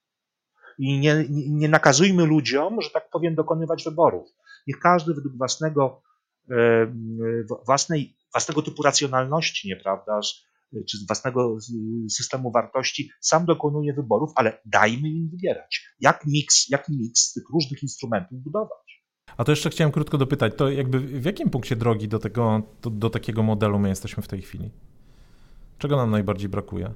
I nie, nie, nie nakazujmy ludziom, że tak powiem, dokonywać wyborów. Niech każdy według własnego, e, własnej, własnego typu racjonalności, nieprawdaż, czy własnego systemu wartości sam dokonuje wyborów, ale dajmy im wybierać. Jak miks, jaki miks tych różnych instrumentów budować. A to jeszcze chciałem krótko dopytać, to jakby w jakim punkcie drogi do, tego, do, do takiego modelu my jesteśmy w tej chwili? Czego nam najbardziej brakuje?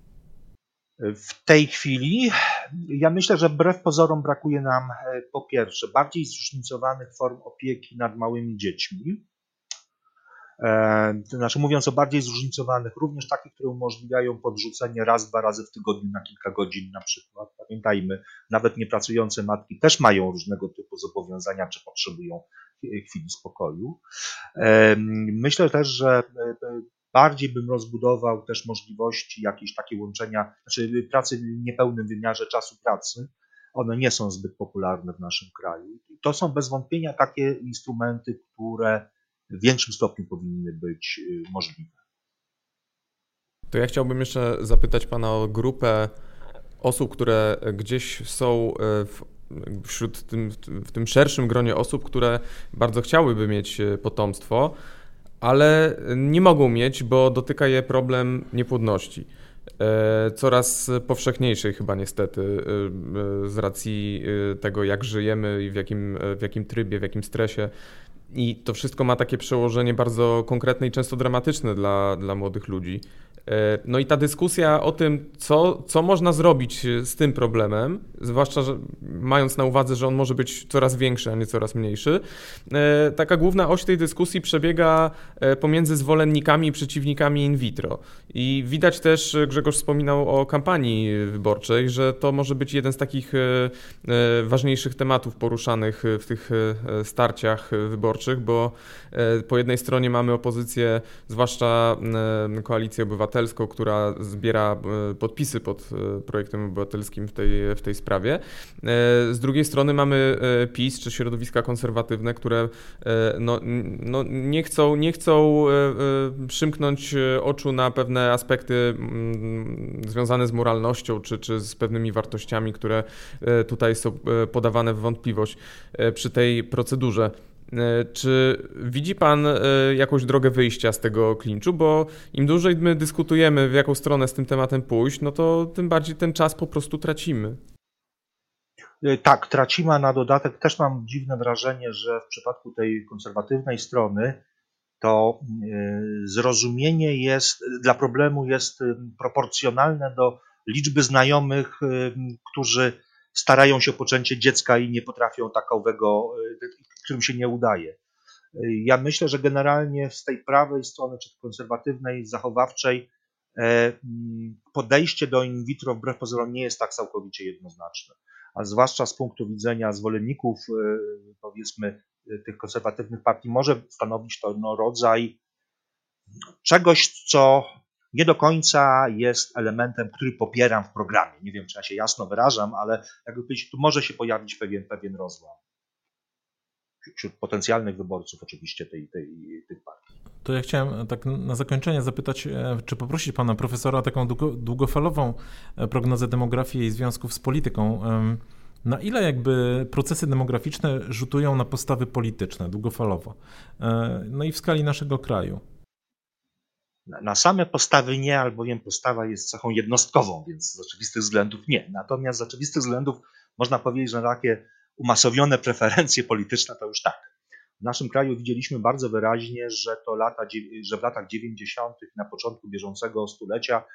W tej chwili ja myślę, że wbrew pozorom brakuje nam po pierwsze bardziej zróżnicowanych form opieki nad małymi dziećmi. To znaczy, mówiąc o bardziej zróżnicowanych, również takich, które umożliwiają podrzucenie raz, dwa razy w tygodniu na kilka godzin na przykład. Pamiętajmy, nawet niepracujące matki też mają różnego typu zobowiązania, czy potrzebują chwili spokoju. Myślę też, że bardziej bym rozbudował też możliwości jakieś takie łączenia, znaczy pracy w niepełnym wymiarze czasu pracy One nie są zbyt popularne w naszym kraju. To są bez wątpienia takie instrumenty, które w większym stopniu powinny być możliwe. To ja chciałbym jeszcze zapytać Pana o grupę osób, które gdzieś są w, wśród tym, w tym szerszym gronie osób, które bardzo chciałyby mieć potomstwo, ale nie mogą mieć, bo dotyka je problem niepłodności. Coraz powszechniejszej chyba niestety z racji tego, jak żyjemy i w jakim, w jakim trybie, w jakim stresie. I to wszystko ma takie przełożenie bardzo konkretne i często dramatyczne dla, dla młodych ludzi. No i ta dyskusja o tym, co, co można zrobić z tym problemem, zwłaszcza że mając na uwadze, że on może być coraz większy, a nie coraz mniejszy, taka główna oś tej dyskusji przebiega pomiędzy zwolennikami i przeciwnikami in vitro. I widać też, Grzegorz wspominał o kampanii wyborczej, że to może być jeden z takich ważniejszych tematów poruszanych w tych starciach wyborczych, bo po jednej stronie mamy opozycję, zwłaszcza Koalicję Obywatelską, która zbiera podpisy pod projektem obywatelskim w tej, w tej sprawie. Z drugiej strony mamy PiS czy środowiska konserwatywne, które no, no nie chcą, nie chcą przymknąć oczu na pewne aspekty związane z moralnością czy, czy z pewnymi wartościami, które tutaj są podawane w wątpliwość przy tej procedurze. Czy widzi Pan jakąś drogę wyjścia z tego klinczu? Bo im dłużej my dyskutujemy, w jaką stronę z tym tematem pójść, no to tym bardziej ten czas po prostu tracimy. Tak, tracimy, a na dodatek też mam dziwne wrażenie, że w przypadku tej konserwatywnej strony to zrozumienie jest, dla problemu jest proporcjonalne do liczby znajomych, którzy starają się o poczęcie dziecka i nie potrafią takowego, którym się nie udaje. Ja myślę, że generalnie z tej prawej strony, czy konserwatywnej, zachowawczej, podejście do in vitro wbrew pozorom nie jest tak całkowicie jednoznaczne. A zwłaszcza z punktu widzenia zwolenników, powiedzmy, tych konserwatywnych partii, może stanowić to no, rodzaj czegoś, co nie do końca jest elementem, który popieram w programie. Nie wiem, czy ja się jasno wyrażam, ale jakby powiedzieć, tu może się pojawić pewien, pewien rozłam. Wśród potencjalnych wyborców oczywiście tej, tej, tej partii. To ja chciałem tak na zakończenie zapytać, czy poprosić pana profesora o taką długo, długofalową prognozę demografii i związków z polityką. Na ile jakby procesy demograficzne rzutują na postawy polityczne długofalowo? No i w skali naszego kraju. Na same postawy nie, albowiem postawa jest cechą jednostkową, więc z oczywistych względów nie. Natomiast z oczywistych względów można powiedzieć, że takie umasowione preferencje polityczne to już tak. W naszym kraju widzieliśmy bardzo wyraźnie, że to lata, że w latach dziewięćdziesiątych, na początku bieżącego stulecia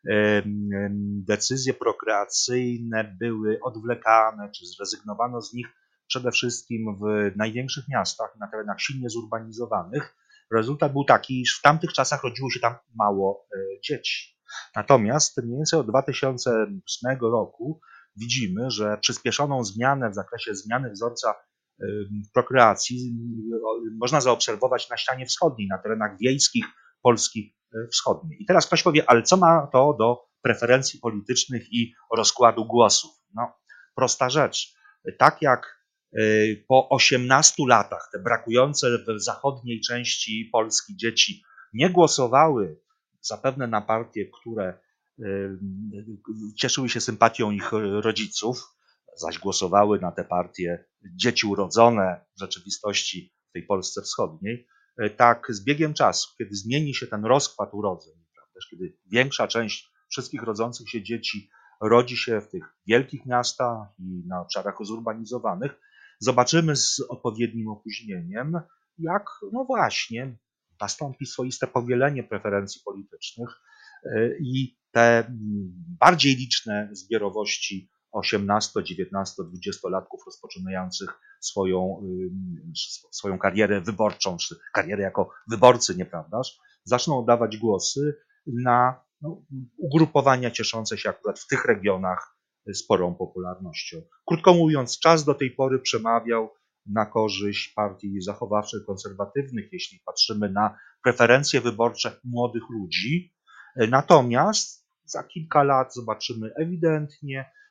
decyzje prokreacyjne były odwlekane, czy zrezygnowano z nich przede wszystkim w największych miastach, na terenach silnie zurbanizowanych. Rezultat był taki, iż w tamtych czasach rodziło się tam mało dzieci. Natomiast mniej więcej od dwa tysiące ósmego roku widzimy, że przyspieszoną zmianę w zakresie zmiany wzorca prokreacji można zaobserwować na ścianie wschodniej, na terenach wiejskich Polski wschodniej. I teraz ktoś powie, ale co ma to do preferencji politycznych i rozkładu głosów? No, prosta rzecz. Tak jak po osiemnastu latach te brakujące w zachodniej części Polski dzieci nie głosowały zapewne na partie, które cieszyły się sympatią ich rodziców, zaś głosowały na te partie dzieci urodzone w rzeczywistości w tej Polsce wschodniej, tak z biegiem czasu, kiedy zmieni się ten rozkład urodzeń, prawda, kiedy większa część wszystkich rodzących się dzieci rodzi się w tych wielkich miastach i na obszarach zurbanizowanych, zobaczymy z odpowiednim opóźnieniem, jak no właśnie nastąpi swoiste powielenie preferencji politycznych i te bardziej liczne zbiorowości osiemnasto-, dziewiętnasto-, dwudziestolatków rozpoczynających swoją, swoją karierę wyborczą, czy karierę jako wyborcy, nieprawdaż, zaczną oddawać głosy na no, ugrupowania cieszące się akurat w tych regionach sporą popularnością. Krótko mówiąc, czas do tej pory przemawiał na korzyść partii zachowawczych, konserwatywnych, jeśli patrzymy na preferencje wyborcze młodych ludzi. Natomiast za kilka lat zobaczymy ewidentnie,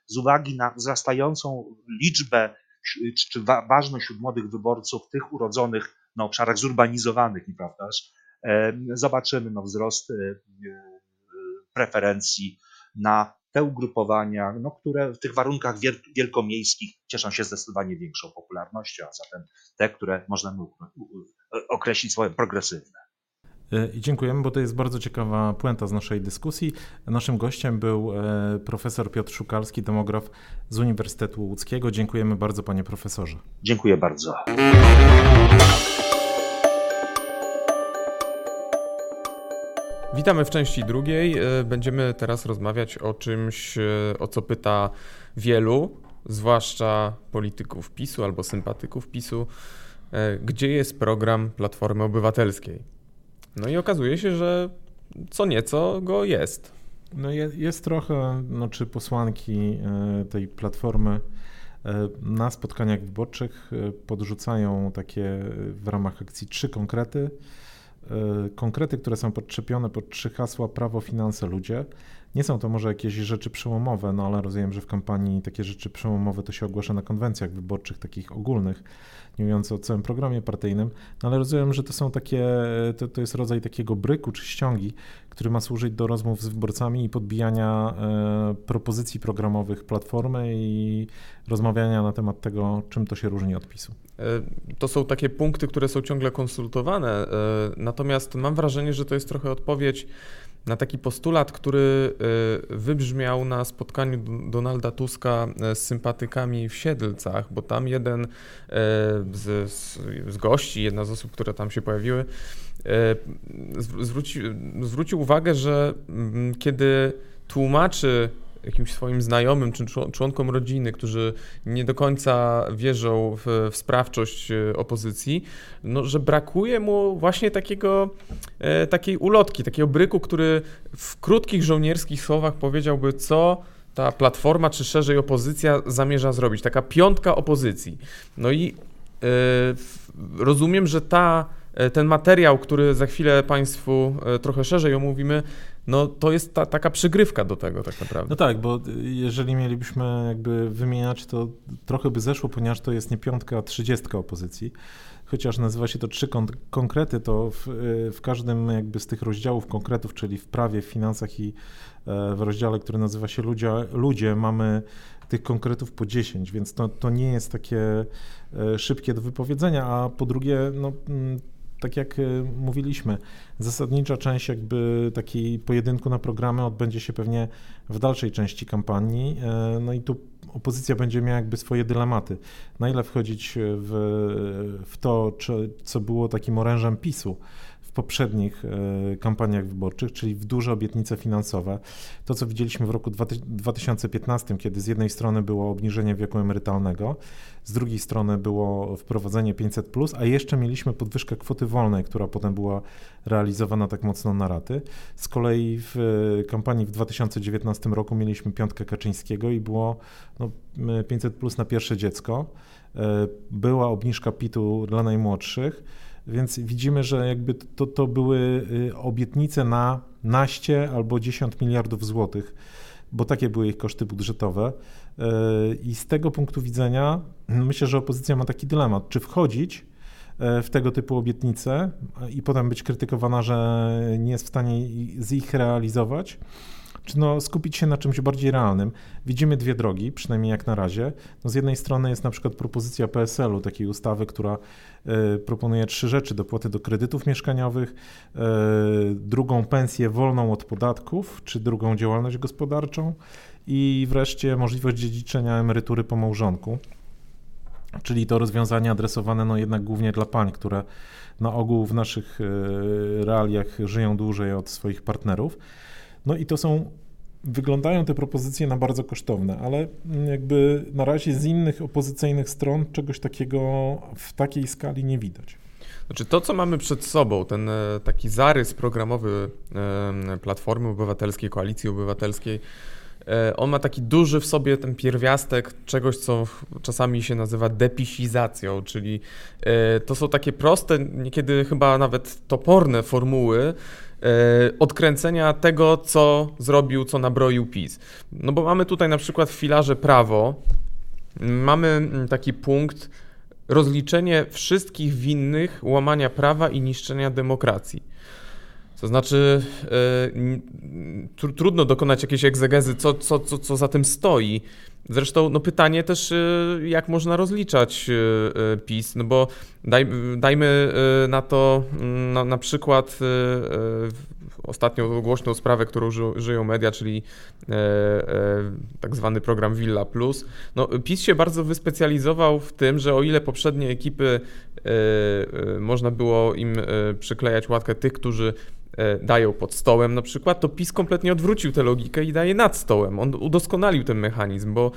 z uwagi na wzrastającą liczbę czy ważność wśród młodych wyborców, tych urodzonych na obszarach zurbanizowanych, nieprawdaż, zobaczymy no, wzrost preferencji na te ugrupowania, no, które w tych warunkach wielkomiejskich cieszą się zdecydowanie większą popularnością, a zatem te, które można określić słowem progresywne. I dziękujemy, bo to jest bardzo ciekawa puenta z naszej dyskusji. Naszym gościem był profesor Piotr Szukalski, demograf z Uniwersytetu Łódzkiego. Dziękujemy bardzo, panie profesorze. Dziękuję bardzo. Witamy w części drugiej. Będziemy teraz rozmawiać o czymś, o co pyta wielu, zwłaszcza polityków PiSu albo sympatyków PiSu. Gdzie jest program Platformy Obywatelskiej? No i okazuje się, że co nieco go jest. No jest trochę, no, czy posłanki tej Platformy na spotkaniach wyborczych podrzucają takie w ramach akcji trzy konkrety. Konkrety, które są podczepione pod trzy hasła: prawo, finanse, ludzie. Nie są to może jakieś rzeczy przełomowe, no ale rozumiem, że w kampanii takie rzeczy przełomowe to się ogłasza na konwencjach wyborczych, takich ogólnych, nie mówiąc o całym programie partyjnym, no ale rozumiem, że to są takie, to, to jest rodzaj takiego bryku czy ściągi, który ma służyć do rozmów z wyborcami i podbijania e, propozycji programowych Platformy i rozmawiania na temat tego, czym to się różni od PiSu. To są takie punkty, które są ciągle konsultowane, natomiast mam wrażenie, że to jest trochę odpowiedź na taki postulat, który wybrzmiał na spotkaniu Donalda Tuska z sympatykami w Siedlcach, bo tam jeden z, z gości, jedna z osób, które tam się pojawiły, zwróci, zwrócił uwagę, że kiedy tłumaczy jakimś swoim znajomym czy członkom rodziny, którzy nie do końca wierzą w, w sprawczość opozycji, no, że brakuje mu właśnie takiego, e, takiej ulotki, takiego bryku, który w krótkich żołnierskich słowach powiedziałby, co ta Platforma, czy szerzej opozycja zamierza zrobić. Taka piątka opozycji. No i e, rozumiem, że ta, ten materiał, który za chwilę Państwu trochę szerzej omówimy, no to jest ta, taka przygrywka do tego tak naprawdę. No tak, bo jeżeli mielibyśmy jakby wymieniać, to trochę by zeszło, ponieważ to jest nie piątka, a trzydziestka opozycji. Chociaż nazywa się to trzy kon- konkrety, to w, w każdym jakby z tych rozdziałów konkretów, czyli w prawie, w finansach i w rozdziale, który nazywa się ludzie, ludzie mamy tych konkretów po dziesięć, więc to, to nie jest takie szybkie do wypowiedzenia, a po drugie, no tak jak mówiliśmy, zasadnicza część jakby takiej pojedynku na programy odbędzie się pewnie w dalszej części kampanii, no i tu opozycja będzie miała jakby swoje dylematy. Na ile wchodzić w, w to, czy, co było takim orężem PiSu w poprzednich kampaniach wyborczych, czyli w duże obietnice finansowe. To, co widzieliśmy w roku dwa tysiące piętnastym, kiedy z jednej strony było obniżenie wieku emerytalnego, z drugiej strony było wprowadzenie pięćset plus, a jeszcze mieliśmy podwyżkę kwoty wolnej, która potem była realizowana tak mocno na raty. Z kolei w kampanii w dwa tysiące dziewiętnastym roku mieliśmy piątkę Kaczyńskiego i było no, pięćset plus na pierwsze dziecko. Była obniżka pitu dla najmłodszych, więc widzimy, że jakby to, to były obietnice na naście albo dziesięć miliardów złotych, bo takie były ich koszty budżetowe. I z tego punktu widzenia myślę, że opozycja ma taki dylemat, czy wchodzić w tego typu obietnice i potem być krytykowana, że nie jest w stanie z ich realizować, czy no skupić się na czymś bardziej realnym. Widzimy dwie drogi, przynajmniej jak na razie. No z jednej strony jest na przykład propozycja P S L-u, takiej ustawy, która y, proponuje trzy rzeczy: dopłaty do kredytów mieszkaniowych, y, drugą pensję wolną od podatków, czy drugą działalność gospodarczą i wreszcie możliwość dziedziczenia emerytury po małżonku. Czyli to rozwiązania adresowane no jednak głównie dla pań, które na ogół w naszych y, realiach żyją dłużej od swoich partnerów. No i to są, wyglądają te propozycje na bardzo kosztowne, ale jakby na razie z innych opozycyjnych stron czegoś takiego w takiej skali nie widać. Znaczy to, co mamy przed sobą, ten taki zarys programowy Platformy Obywatelskiej, Koalicji Obywatelskiej, on ma taki duży w sobie ten pierwiastek czegoś, co czasami się nazywa depisizacją, czyli to są takie proste, niekiedy chyba nawet toporne formuły, odkręcenia tego, co zrobił, co nabroił PiS. No bo mamy tutaj na przykład w filarze prawo, mamy taki punkt rozliczenie wszystkich winnych łamania prawa i niszczenia demokracji. To znaczy yy, trudno dokonać jakiejś egzegezy, co, co, co, co za tym stoi. Zresztą no pytanie też, yy, jak można rozliczać yy, PiS, no bo daj, dajmy yy, na to na, na przykład yy, ostatnią głośną sprawę, którą ży, żyją media, czyli yy, yy, tak zwany program Villa Plus. No, PiS się bardzo wyspecjalizował w tym, że o ile poprzednie ekipy yy, yy, można było im yy, przyklejać łatkę tych, którzy dają pod stołem na przykład, to PiS kompletnie odwrócił tę logikę i daje nad stołem. On udoskonalił ten mechanizm, bo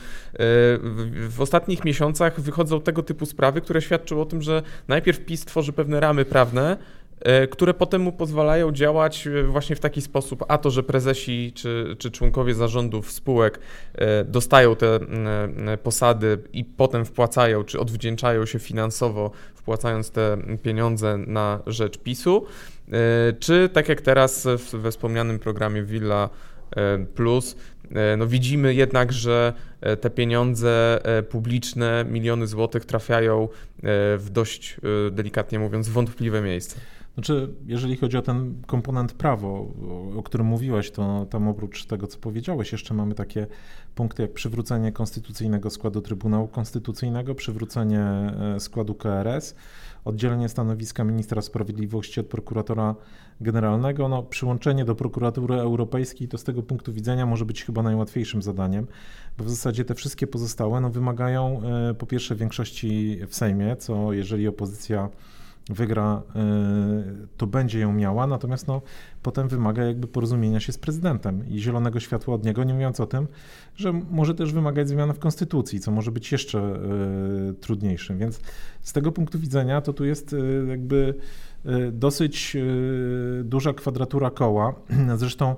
w ostatnich miesiącach wychodzą tego typu sprawy, które świadczą o tym, że najpierw PiS tworzy pewne ramy prawne, które potem mu pozwalają działać właśnie w taki sposób, a to, że prezesi czy, czy członkowie zarządów spółek dostają te posady i potem wpłacają, czy odwdzięczają się finansowo, wpłacając te pieniądze na rzecz PiSu, czy tak jak teraz we wspomnianym programie Villa Plus, no widzimy jednak, że te pieniądze publiczne, miliony złotych trafiają w dość, delikatnie mówiąc, wątpliwe miejsce. Znaczy, jeżeli chodzi o ten komponent prawo, o, o którym mówiłeś, to tam oprócz tego, co powiedziałeś, jeszcze mamy takie punkty jak przywrócenie konstytucyjnego składu Trybunału Konstytucyjnego, przywrócenie składu K R S, oddzielenie stanowiska ministra sprawiedliwości od prokuratora generalnego. No, przyłączenie do prokuratury europejskiej to z tego punktu widzenia może być chyba najłatwiejszym zadaniem, bo w zasadzie te wszystkie pozostałe no, wymagają e, po pierwsze większości w Sejmie, co jeżeli opozycja wygra, to będzie ją miała, natomiast no, potem wymaga jakby porozumienia się z prezydentem i zielonego światła od niego, nie mówiąc o tym, że może też wymagać zmian w konstytucji, co może być jeszcze y, trudniejszym, więc z tego punktu widzenia to tu jest y, jakby y, dosyć y, duża kwadratura koła, zresztą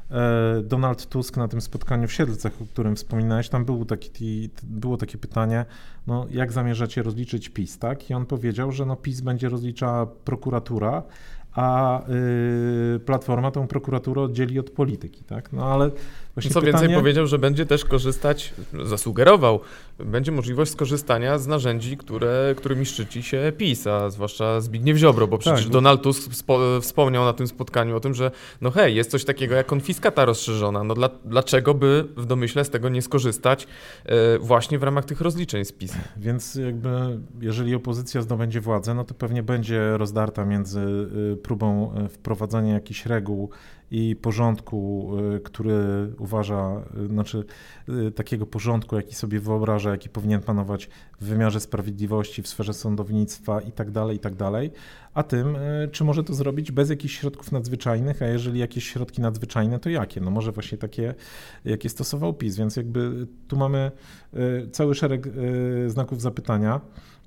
Donald Tusk na tym spotkaniu w Siedlcach, o którym wspominałeś, tam był taki, było takie pytanie, no jak zamierzacie rozliczyć PiS, tak? I on powiedział, że no PiS będzie rozliczała prokuratura, a y, Platforma tą prokuraturę oddzieli od polityki, tak? No ale właśnie Co pytanie... więcej powiedział, że będzie też korzystać, zasugerował, będzie możliwość skorzystania z narzędzi, które, którymi szczyci się PiS, a zwłaszcza Zbigniew Ziobro, bo przecież tak, bo... Donald Tusk spo, wspomniał na tym spotkaniu o tym, że no hej, jest coś takiego jak konfiskata rozszerzona, no dla, dlaczego by w domyśle z tego nie skorzystać e, właśnie w ramach tych rozliczeń z PiS? Więc jakby jeżeli opozycja zdobędzie władzę, no to pewnie będzie rozdarta między y, próbą wprowadzania jakichś reguł i porządku, który uważa, znaczy takiego porządku, jaki sobie wyobraża, jaki powinien panować w wymiarze sprawiedliwości, w sferze sądownictwa i tak dalej, i tak dalej, a tym, czy może to zrobić bez jakichś środków nadzwyczajnych, a jeżeli jakieś środki nadzwyczajne, to jakie? No może właśnie takie, jakie stosował PiS, więc jakby tu mamy cały szereg znaków zapytania.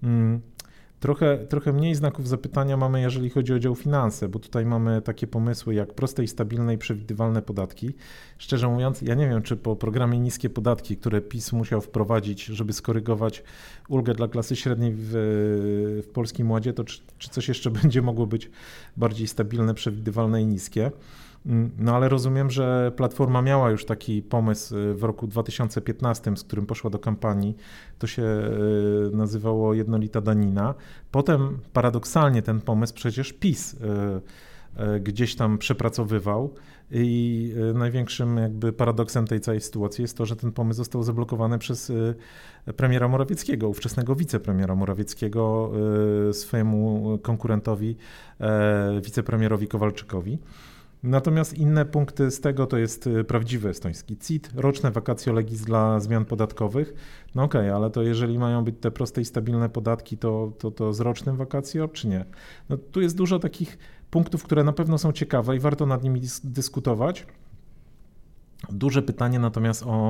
Trochę, trochę mniej znaków zapytania mamy, jeżeli chodzi o dział finanse, bo tutaj mamy takie pomysły jak proste i stabilne i przewidywalne podatki. Szczerze mówiąc, ja nie wiem, czy po programie niskie podatki, które PiS musiał wprowadzić, żeby skorygować ulgę dla klasy średniej w, w Polskim Ładzie, to czy, czy coś jeszcze będzie mogło być bardziej stabilne, przewidywalne i niskie. No ale rozumiem, że Platforma miała już taki pomysł w roku dwa tysiące piętnastym, z którym poszła do kampanii. To się nazywało jednolita danina. Potem paradoksalnie ten pomysł przecież PiS gdzieś tam przepracowywał i największym jakby paradoksem tej całej sytuacji jest to, że ten pomysł został zablokowany przez premiera Morawieckiego, ówczesnego wicepremiera Morawieckiego, swojemu konkurentowi, wicepremierowi Kowalczykowi. Natomiast inne punkty z tego to jest prawdziwy estoński C I T, roczne vacatio legis dla zmian podatkowych. No okej, okay, ale to jeżeli mają być te proste i stabilne podatki, to, to, to z rocznym vacatio czy nie? No, tu jest dużo takich punktów, które na pewno są ciekawe i warto nad nimi dys- dyskutować. Duże pytanie natomiast o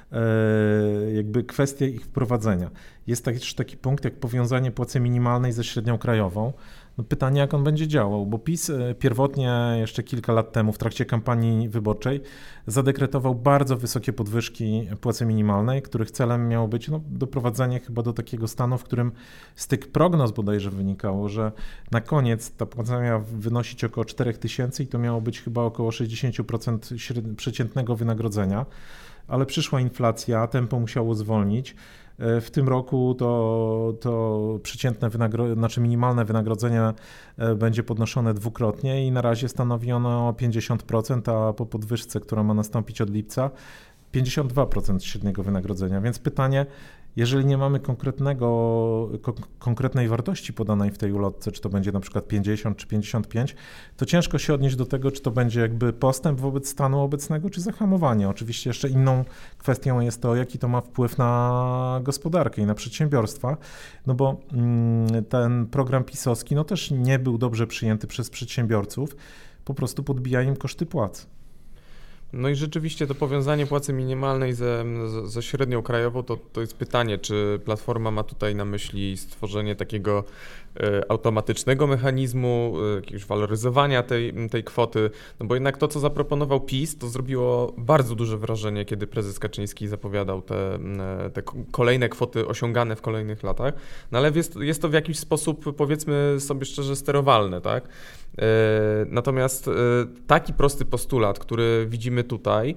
jakby kwestie ich wprowadzenia. Jest też taki punkt jak powiązanie płacy minimalnej ze średnią krajową. No pytanie, jak on będzie działał, bo PiS pierwotnie jeszcze kilka lat temu w trakcie kampanii wyborczej zadekretował bardzo wysokie podwyżki płacy minimalnej, których celem miało być no, doprowadzenie chyba do takiego stanu, w którym z tych prognoz bodajże wynikało, że na koniec ta płaca miała wynosić około cztery tysiące i to miało być chyba około sześćdziesiąt procent przeciętnego wynagrodzenia, ale przyszła inflacja, tempo musiało zwolnić. W tym roku to, to przeciętne wynagrodzenie, znaczy minimalne wynagrodzenie będzie podnoszone dwukrotnie i na razie stanowi ono pięćdziesiąt procent, a po podwyżce, która ma nastąpić od lipca, pięćdziesiąt dwa procent średniego wynagrodzenia. Więc pytanie, jeżeli nie mamy konkretnego, ko- konkretnej wartości podanej w tej ulotce, czy to będzie na przykład pięćdziesiąt czy pięćdziesiąt pięć, to ciężko się odnieść do tego, czy to będzie jakby postęp wobec stanu obecnego, czy zahamowanie. Oczywiście jeszcze inną kwestią jest to, jaki to ma wpływ na gospodarkę i na przedsiębiorstwa, no bo mm, ten program pisowski no też nie był dobrze przyjęty przez przedsiębiorców, po prostu podbija im koszty płac. No i rzeczywiście to powiązanie płacy minimalnej ze, ze średnią krajową, to, to jest pytanie, czy Platforma ma tutaj na myśli stworzenie takiego e, automatycznego mechanizmu, e, jakiegoś waloryzowania tej, tej kwoty, no bo jednak to, co zaproponował PiS, to zrobiło bardzo duże wrażenie, kiedy prezes Kaczyński zapowiadał te, te kolejne kwoty osiągane w kolejnych latach, no ale jest, jest to w jakiś sposób, powiedzmy sobie szczerze, sterowalne, tak? E, natomiast e, taki prosty postulat, który widzimy tutaj,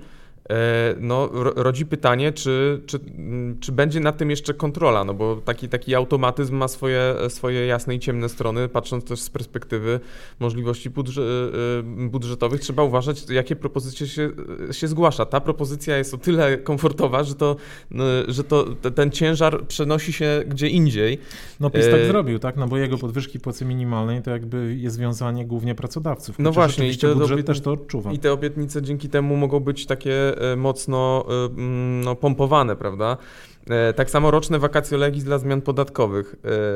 no, rodzi pytanie, czy, czy, czy będzie nad tym jeszcze kontrola, no bo taki, taki automatyzm ma swoje, swoje jasne i ciemne strony, patrząc też z perspektywy możliwości budżetowych, trzeba uważać, jakie propozycje się, się zgłasza. Ta propozycja jest o tyle komfortowa, że, to, że to, ten ciężar przenosi się gdzie indziej. No PiS tak zrobił, tak? No bo jego podwyżki płacy minimalnej to jakby jest związanie głównie pracodawców. No właśnie. I te budżet obiet... też to odczuwa. I te obietnice dzięki temu mogą być takie mocno no, pompowane, prawda? Tak samo roczne vacatio legis dla zmian podatkowych.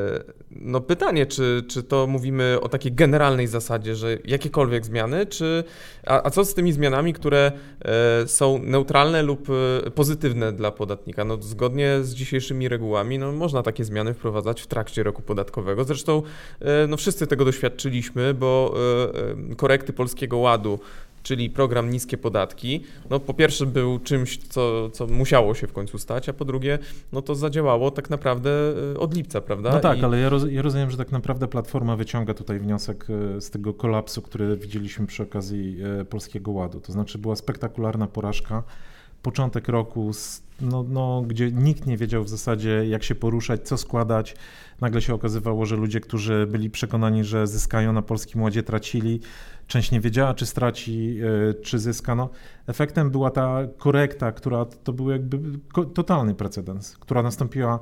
No pytanie, czy, czy to mówimy o takiej generalnej zasadzie, że jakiekolwiek zmiany, czy, a, a co z tymi zmianami, które są neutralne lub pozytywne dla podatnika? No zgodnie z dzisiejszymi regułami no, można takie zmiany wprowadzać w trakcie roku podatkowego. Zresztą no, wszyscy tego doświadczyliśmy, bo korekty Polskiego Ładu, czyli program Niskie Podatki, no po pierwsze był czymś, co, co musiało się w końcu stać, a po drugie, no to zadziałało tak naprawdę od lipca, prawda? No tak, I... ale ja, roz, ja rozumiem, że tak naprawdę Platforma wyciąga tutaj wniosek z tego kolapsu, który widzieliśmy przy okazji Polskiego Ładu. To znaczy była spektakularna porażka, początek roku, no, no, gdzie nikt nie wiedział w zasadzie, jak się poruszać, co składać. Nagle się okazywało, że ludzie, którzy byli przekonani, że zyskają na Polskim Ładzie, tracili. Część nie wiedziała, czy straci, czy zyska. No, efektem była ta korekta, która to był jakby totalny precedens, która nastąpiła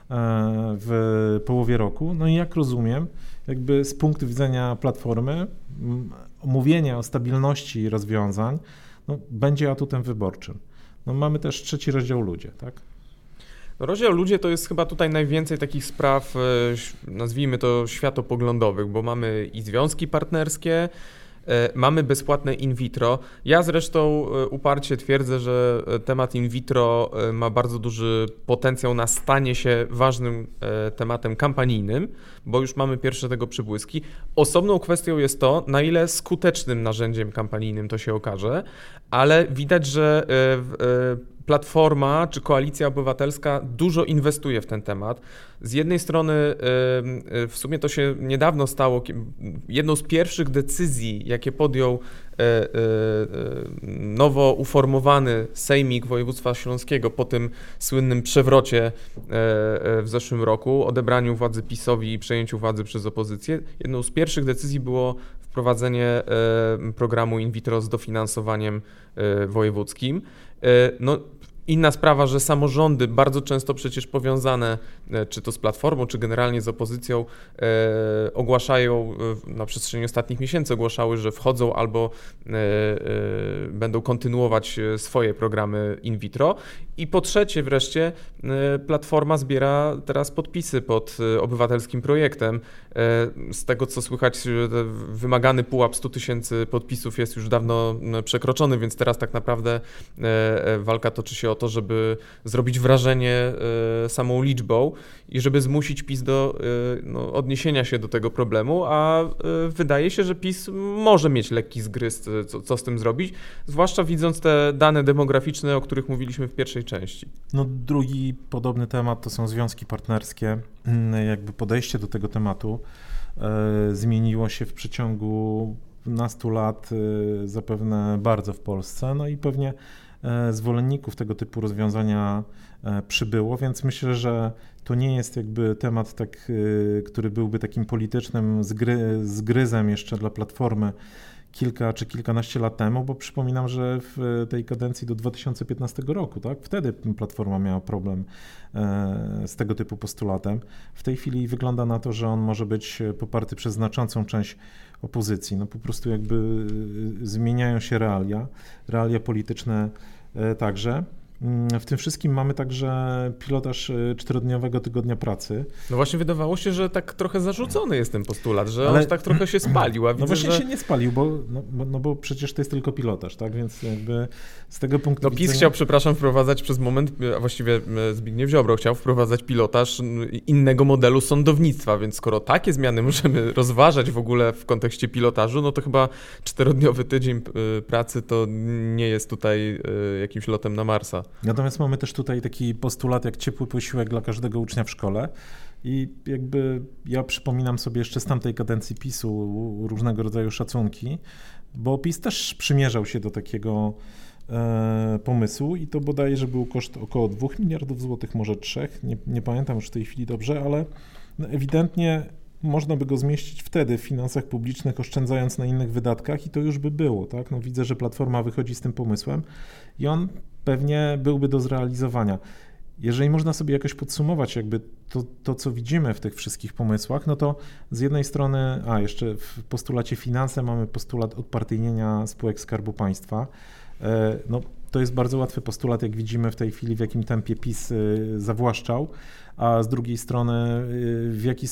w połowie roku. No i jak rozumiem, jakby z punktu widzenia Platformy, mówienie o stabilności rozwiązań no, będzie atutem wyborczym. No, mamy też trzeci rozdział ludzie, tak? No, rozdział ludzie to jest chyba tutaj najwięcej takich spraw, nazwijmy to światopoglądowych, bo mamy i związki partnerskie, mamy bezpłatne in vitro. Ja zresztą uparcie twierdzę, że temat in vitro ma bardzo duży potencjał na stanie się ważnym tematem kampanijnym, bo już mamy pierwsze tego przybłyski. Osobną kwestią jest to, na ile skutecznym narzędziem kampanijnym to się okaże, ale widać, że Platforma czy Koalicja Obywatelska dużo inwestuje w ten temat. Z jednej strony w sumie to się niedawno stało, jedną z pierwszych decyzji, jakie podjął nowo uformowany Sejmik Województwa Śląskiego po tym słynnym przewrocie w zeszłym roku, odebraniu władzy PiS-owi i przejęciu władzy przez opozycję. Jedną z pierwszych decyzji było wprowadzenie programu in vitro z dofinansowaniem wojewódzkim. No, inna sprawa, że samorządy bardzo często przecież powiązane, czy to z Platformą, czy generalnie z opozycją, e, ogłaszają, na przestrzeni ostatnich miesięcy ogłaszały, że wchodzą albo e, e, będą kontynuować swoje programy in vitro. I po trzecie wreszcie e, Platforma zbiera teraz podpisy pod obywatelskim projektem. E, z tego co słychać, wymagany pułap stu tysięcy podpisów jest już dawno przekroczony, więc teraz tak naprawdę e, walka toczy się o o to, żeby zrobić wrażenie samą liczbą i żeby zmusić PiS do no, odniesienia się do tego problemu, a wydaje się, że PiS może mieć lekki zgryz, co, co z tym zrobić, zwłaszcza widząc te dane demograficzne, o których mówiliśmy w pierwszej części. No drugi podobny temat to są związki partnerskie. Jakby podejście do tego tematu e, zmieniło się w przeciągu nastu lat e, zapewne bardzo w Polsce, no i pewnie e, zwolenników tego typu rozwiązania e, przybyło, więc myślę, że to nie jest jakby temat, tak, e, który byłby takim politycznym zgry, zgryzem jeszcze dla Platformy kilka czy kilkanaście lat temu, bo przypominam, że w tej kadencji do dwa tysiące piętnastego roku, tak, wtedy Platforma miała problem z tego typu postulatem. W tej chwili wygląda na to, że on może być poparty przez znaczącą część opozycji. No po prostu jakby zmieniają się realia, realia polityczne także. W tym wszystkim mamy także pilotaż czterodniowego tygodnia pracy. No właśnie wydawało się, że tak trochę zarzucony jest ten postulat, że Ale... on tak trochę się spalił. A no widzę, właśnie że... się nie spalił, bo, no, bo, no bo przecież to jest tylko pilotaż, tak? Więc jakby z tego punktu no, widzenia... PiS chciał, przepraszam, wprowadzać przez moment, a właściwie Zbigniew Ziobro chciał wprowadzać pilotaż innego modelu sądownictwa, więc skoro takie zmiany możemy rozważać w ogóle w kontekście pilotażu, no to chyba czterodniowy tydzień pracy to nie jest tutaj jakimś lotem na Marsa. Natomiast mamy też tutaj taki postulat jak ciepły posiłek dla każdego ucznia w szkole i jakby ja przypominam sobie jeszcze z tamtej kadencji PiSu różnego rodzaju szacunki, bo PiS też przymierzał się do takiego e, pomysłu i to bodajże był koszt około dwóch miliardów złotych, może trzech, nie, nie pamiętam już w tej chwili dobrze, ale no ewidentnie można by go zmieścić wtedy w finansach publicznych, oszczędzając na innych wydatkach i to już by było, tak? No widzę, że Platforma wychodzi z tym pomysłem i on pewnie byłby do zrealizowania. Jeżeli można sobie jakoś podsumować jakby to, to, co widzimy w tych wszystkich pomysłach, no to z jednej strony, a jeszcze w postulacie finanse mamy postulat odpartyjnienia spółek Skarbu Państwa. No, to jest bardzo łatwy postulat, jak widzimy w tej chwili, w jakim tempie PiS zawłaszczał, a z drugiej strony w jaki,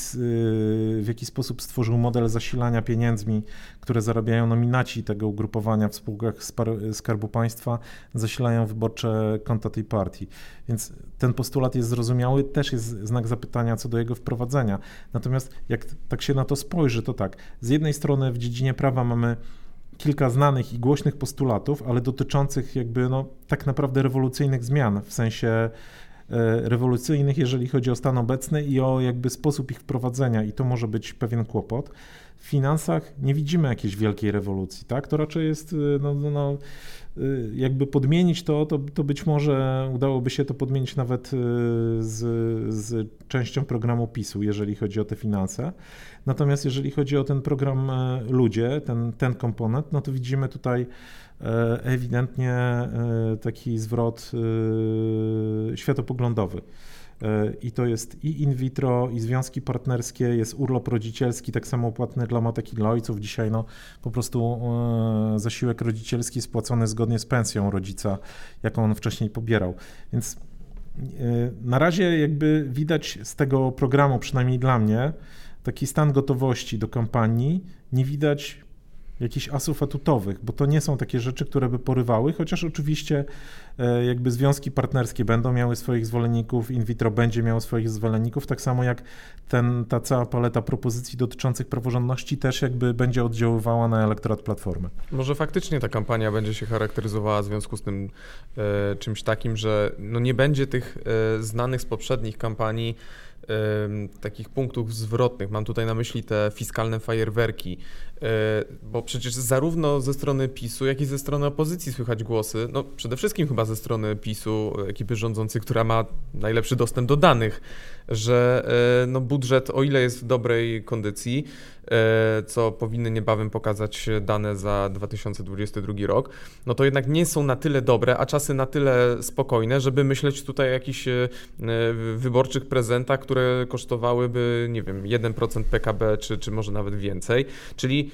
w jaki sposób stworzył model zasilania pieniędzmi, które zarabiają nominaci tego ugrupowania w spółkach Skarbu Państwa, zasilają wyborcze konta tej partii. Więc ten postulat jest zrozumiały, też jest znak zapytania co do jego wprowadzenia. Natomiast jak tak się na to spojrzy, to tak, z jednej strony w dziedzinie prawa mamy kilka znanych i głośnych postulatów, ale dotyczących jakby no tak naprawdę rewolucyjnych zmian, w sensie rewolucyjnych, jeżeli chodzi o stan obecny i o jakby sposób ich wprowadzenia i to może być pewien kłopot. W finansach nie widzimy jakiejś wielkiej rewolucji, tak? To raczej jest, no, no, jakby podmienić to, to, to być może udałoby się to podmienić nawet z, z częścią programu PiSu, jeżeli chodzi o te finanse. Natomiast jeżeli chodzi o ten program Ludzie, ten, ten komponent, no to widzimy tutaj ewidentnie taki zwrot światopoglądowy. I to jest i in vitro, i związki partnerskie, jest urlop rodzicielski, tak samo płatny dla matek i dla ojców. Dzisiaj no, po prostu zasiłek rodzicielski spłacony zgodnie z pensją rodzica, jaką on wcześniej pobierał. Więc na razie jakby widać z tego programu, przynajmniej dla mnie, taki stan gotowości do kampanii. Nie widać jakichś asów atutowych, bo to nie są takie rzeczy, które by porywały, chociaż oczywiście jakby związki partnerskie będą miały swoich zwolenników, in vitro będzie miało swoich zwolenników, tak samo jak ten, ta cała paleta propozycji dotyczących praworządności też jakby będzie oddziaływała na elektorat Platformy. Może faktycznie ta kampania będzie się charakteryzowała w związku z tym e, czymś takim, że no nie będzie tych e, znanych z poprzednich kampanii takich punktów zwrotnych. Mam tutaj na myśli te fiskalne fajerwerki, bo przecież zarówno ze strony PiSu, jak i ze strony opozycji słychać głosy, no przede wszystkim chyba ze strony PiSu, ekipy rządzącej, która ma najlepszy dostęp do danych, że no budżet, o ile jest w dobrej kondycji, co powinny niebawem pokazać dane za dwa tysiące dwudziesty drugi rok, no to jednak nie są na tyle dobre, a czasy na tyle spokojne, żeby myśleć tutaj o jakichś wyborczych prezentach, które kosztowałyby, nie wiem, jeden procent P K B, czy, czy może nawet więcej. Czyli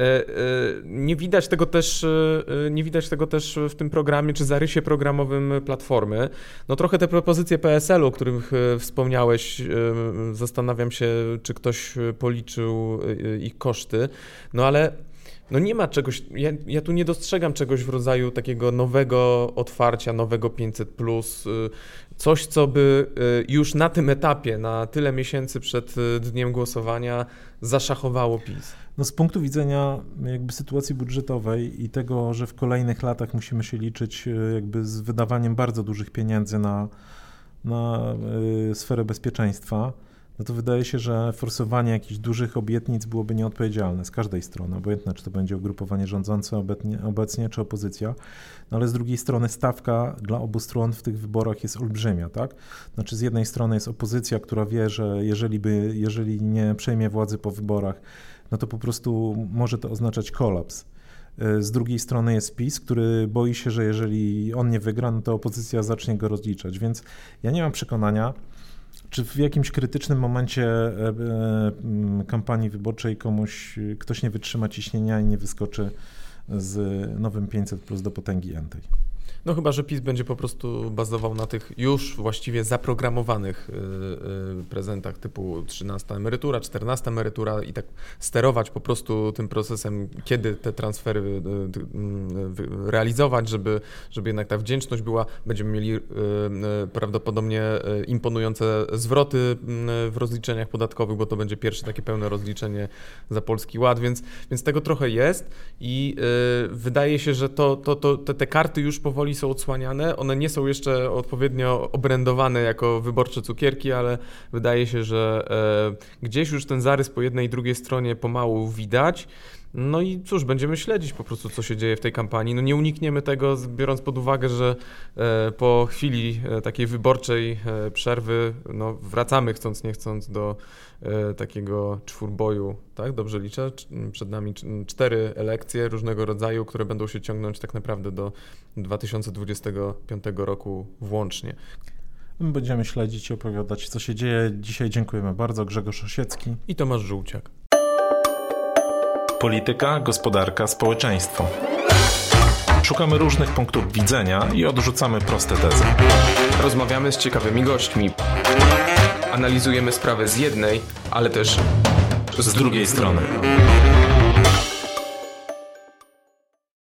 nie widać tego też, nie widać tego też w tym programie, czy zarysie programowym Platformy. No trochę te propozycje P S L-u, o których wspomniałeś, zastanawiam się, czy ktoś policzył ich koszty, no ale no nie ma czegoś, ja, ja tu nie dostrzegam czegoś w rodzaju takiego nowego otwarcia, nowego pięćset plus, coś, co by już na tym etapie, na tyle miesięcy przed dniem głosowania zaszachowało PiS. No z punktu widzenia jakby sytuacji budżetowej i tego, że w kolejnych latach musimy się liczyć jakby z wydawaniem bardzo dużych pieniędzy na, na y, sferę bezpieczeństwa, no to wydaje się, że forsowanie jakichś dużych obietnic byłoby nieodpowiedzialne z każdej strony, obojętne czy to będzie ugrupowanie rządzące obecnie, obecnie czy opozycja, no ale z drugiej strony stawka dla obu stron w tych wyborach jest olbrzymia, tak? Znaczy z jednej strony jest opozycja, która wie, że jeżeli, by, jeżeli nie przejmie władzy po wyborach, no to po prostu może to oznaczać kolaps. Z drugiej strony jest PiS, który boi się, że jeżeli on nie wygra, no to opozycja zacznie go rozliczać, więc ja nie mam przekonania, czy w jakimś krytycznym momencie kampanii wyborczej komuś, ktoś nie wytrzyma ciśnienia i nie wyskoczy z nowym pięćset plus do potęgi entej? No chyba, że PiS będzie po prostu bazował na tych już właściwie zaprogramowanych prezentach typu trzynasta emerytura, czternasta emerytura i tak sterować po prostu tym procesem, kiedy te transfery realizować, żeby, żeby jednak ta wdzięczność była. Będziemy mieli prawdopodobnie imponujące zwroty w rozliczeniach podatkowych, bo to będzie pierwsze takie pełne rozliczenie za Polski Ład, więc, więc tego trochę jest i wydaje się, że to, to, to, te, te karty już powoli są odsłaniane. One nie są jeszcze odpowiednio obrędowane jako wyborcze cukierki, ale wydaje się, że e, gdzieś już ten zarys po jednej i drugiej stronie pomału widać. No i cóż, będziemy śledzić po prostu, co się dzieje w tej kampanii. No nie unikniemy tego, biorąc pod uwagę, że e, po chwili e, takiej wyborczej e, przerwy no, wracamy chcąc nie chcąc do e, takiego czwórboju, tak? Dobrze liczę? Przed nami cztery elekcje różnego rodzaju, które będą się ciągnąć tak naprawdę do dwa tysiące dwudziestego piątego roku włącznie. Będziemy śledzić i opowiadać, co się dzieje. Dzisiaj dziękujemy bardzo. Grzegorz Osiecki i Tomasz Żółciak. Polityka, gospodarka, społeczeństwo. Szukamy różnych punktów widzenia i odrzucamy proste tezy. Rozmawiamy z ciekawymi gośćmi. Analizujemy sprawę z jednej, ale też z drugiej strony.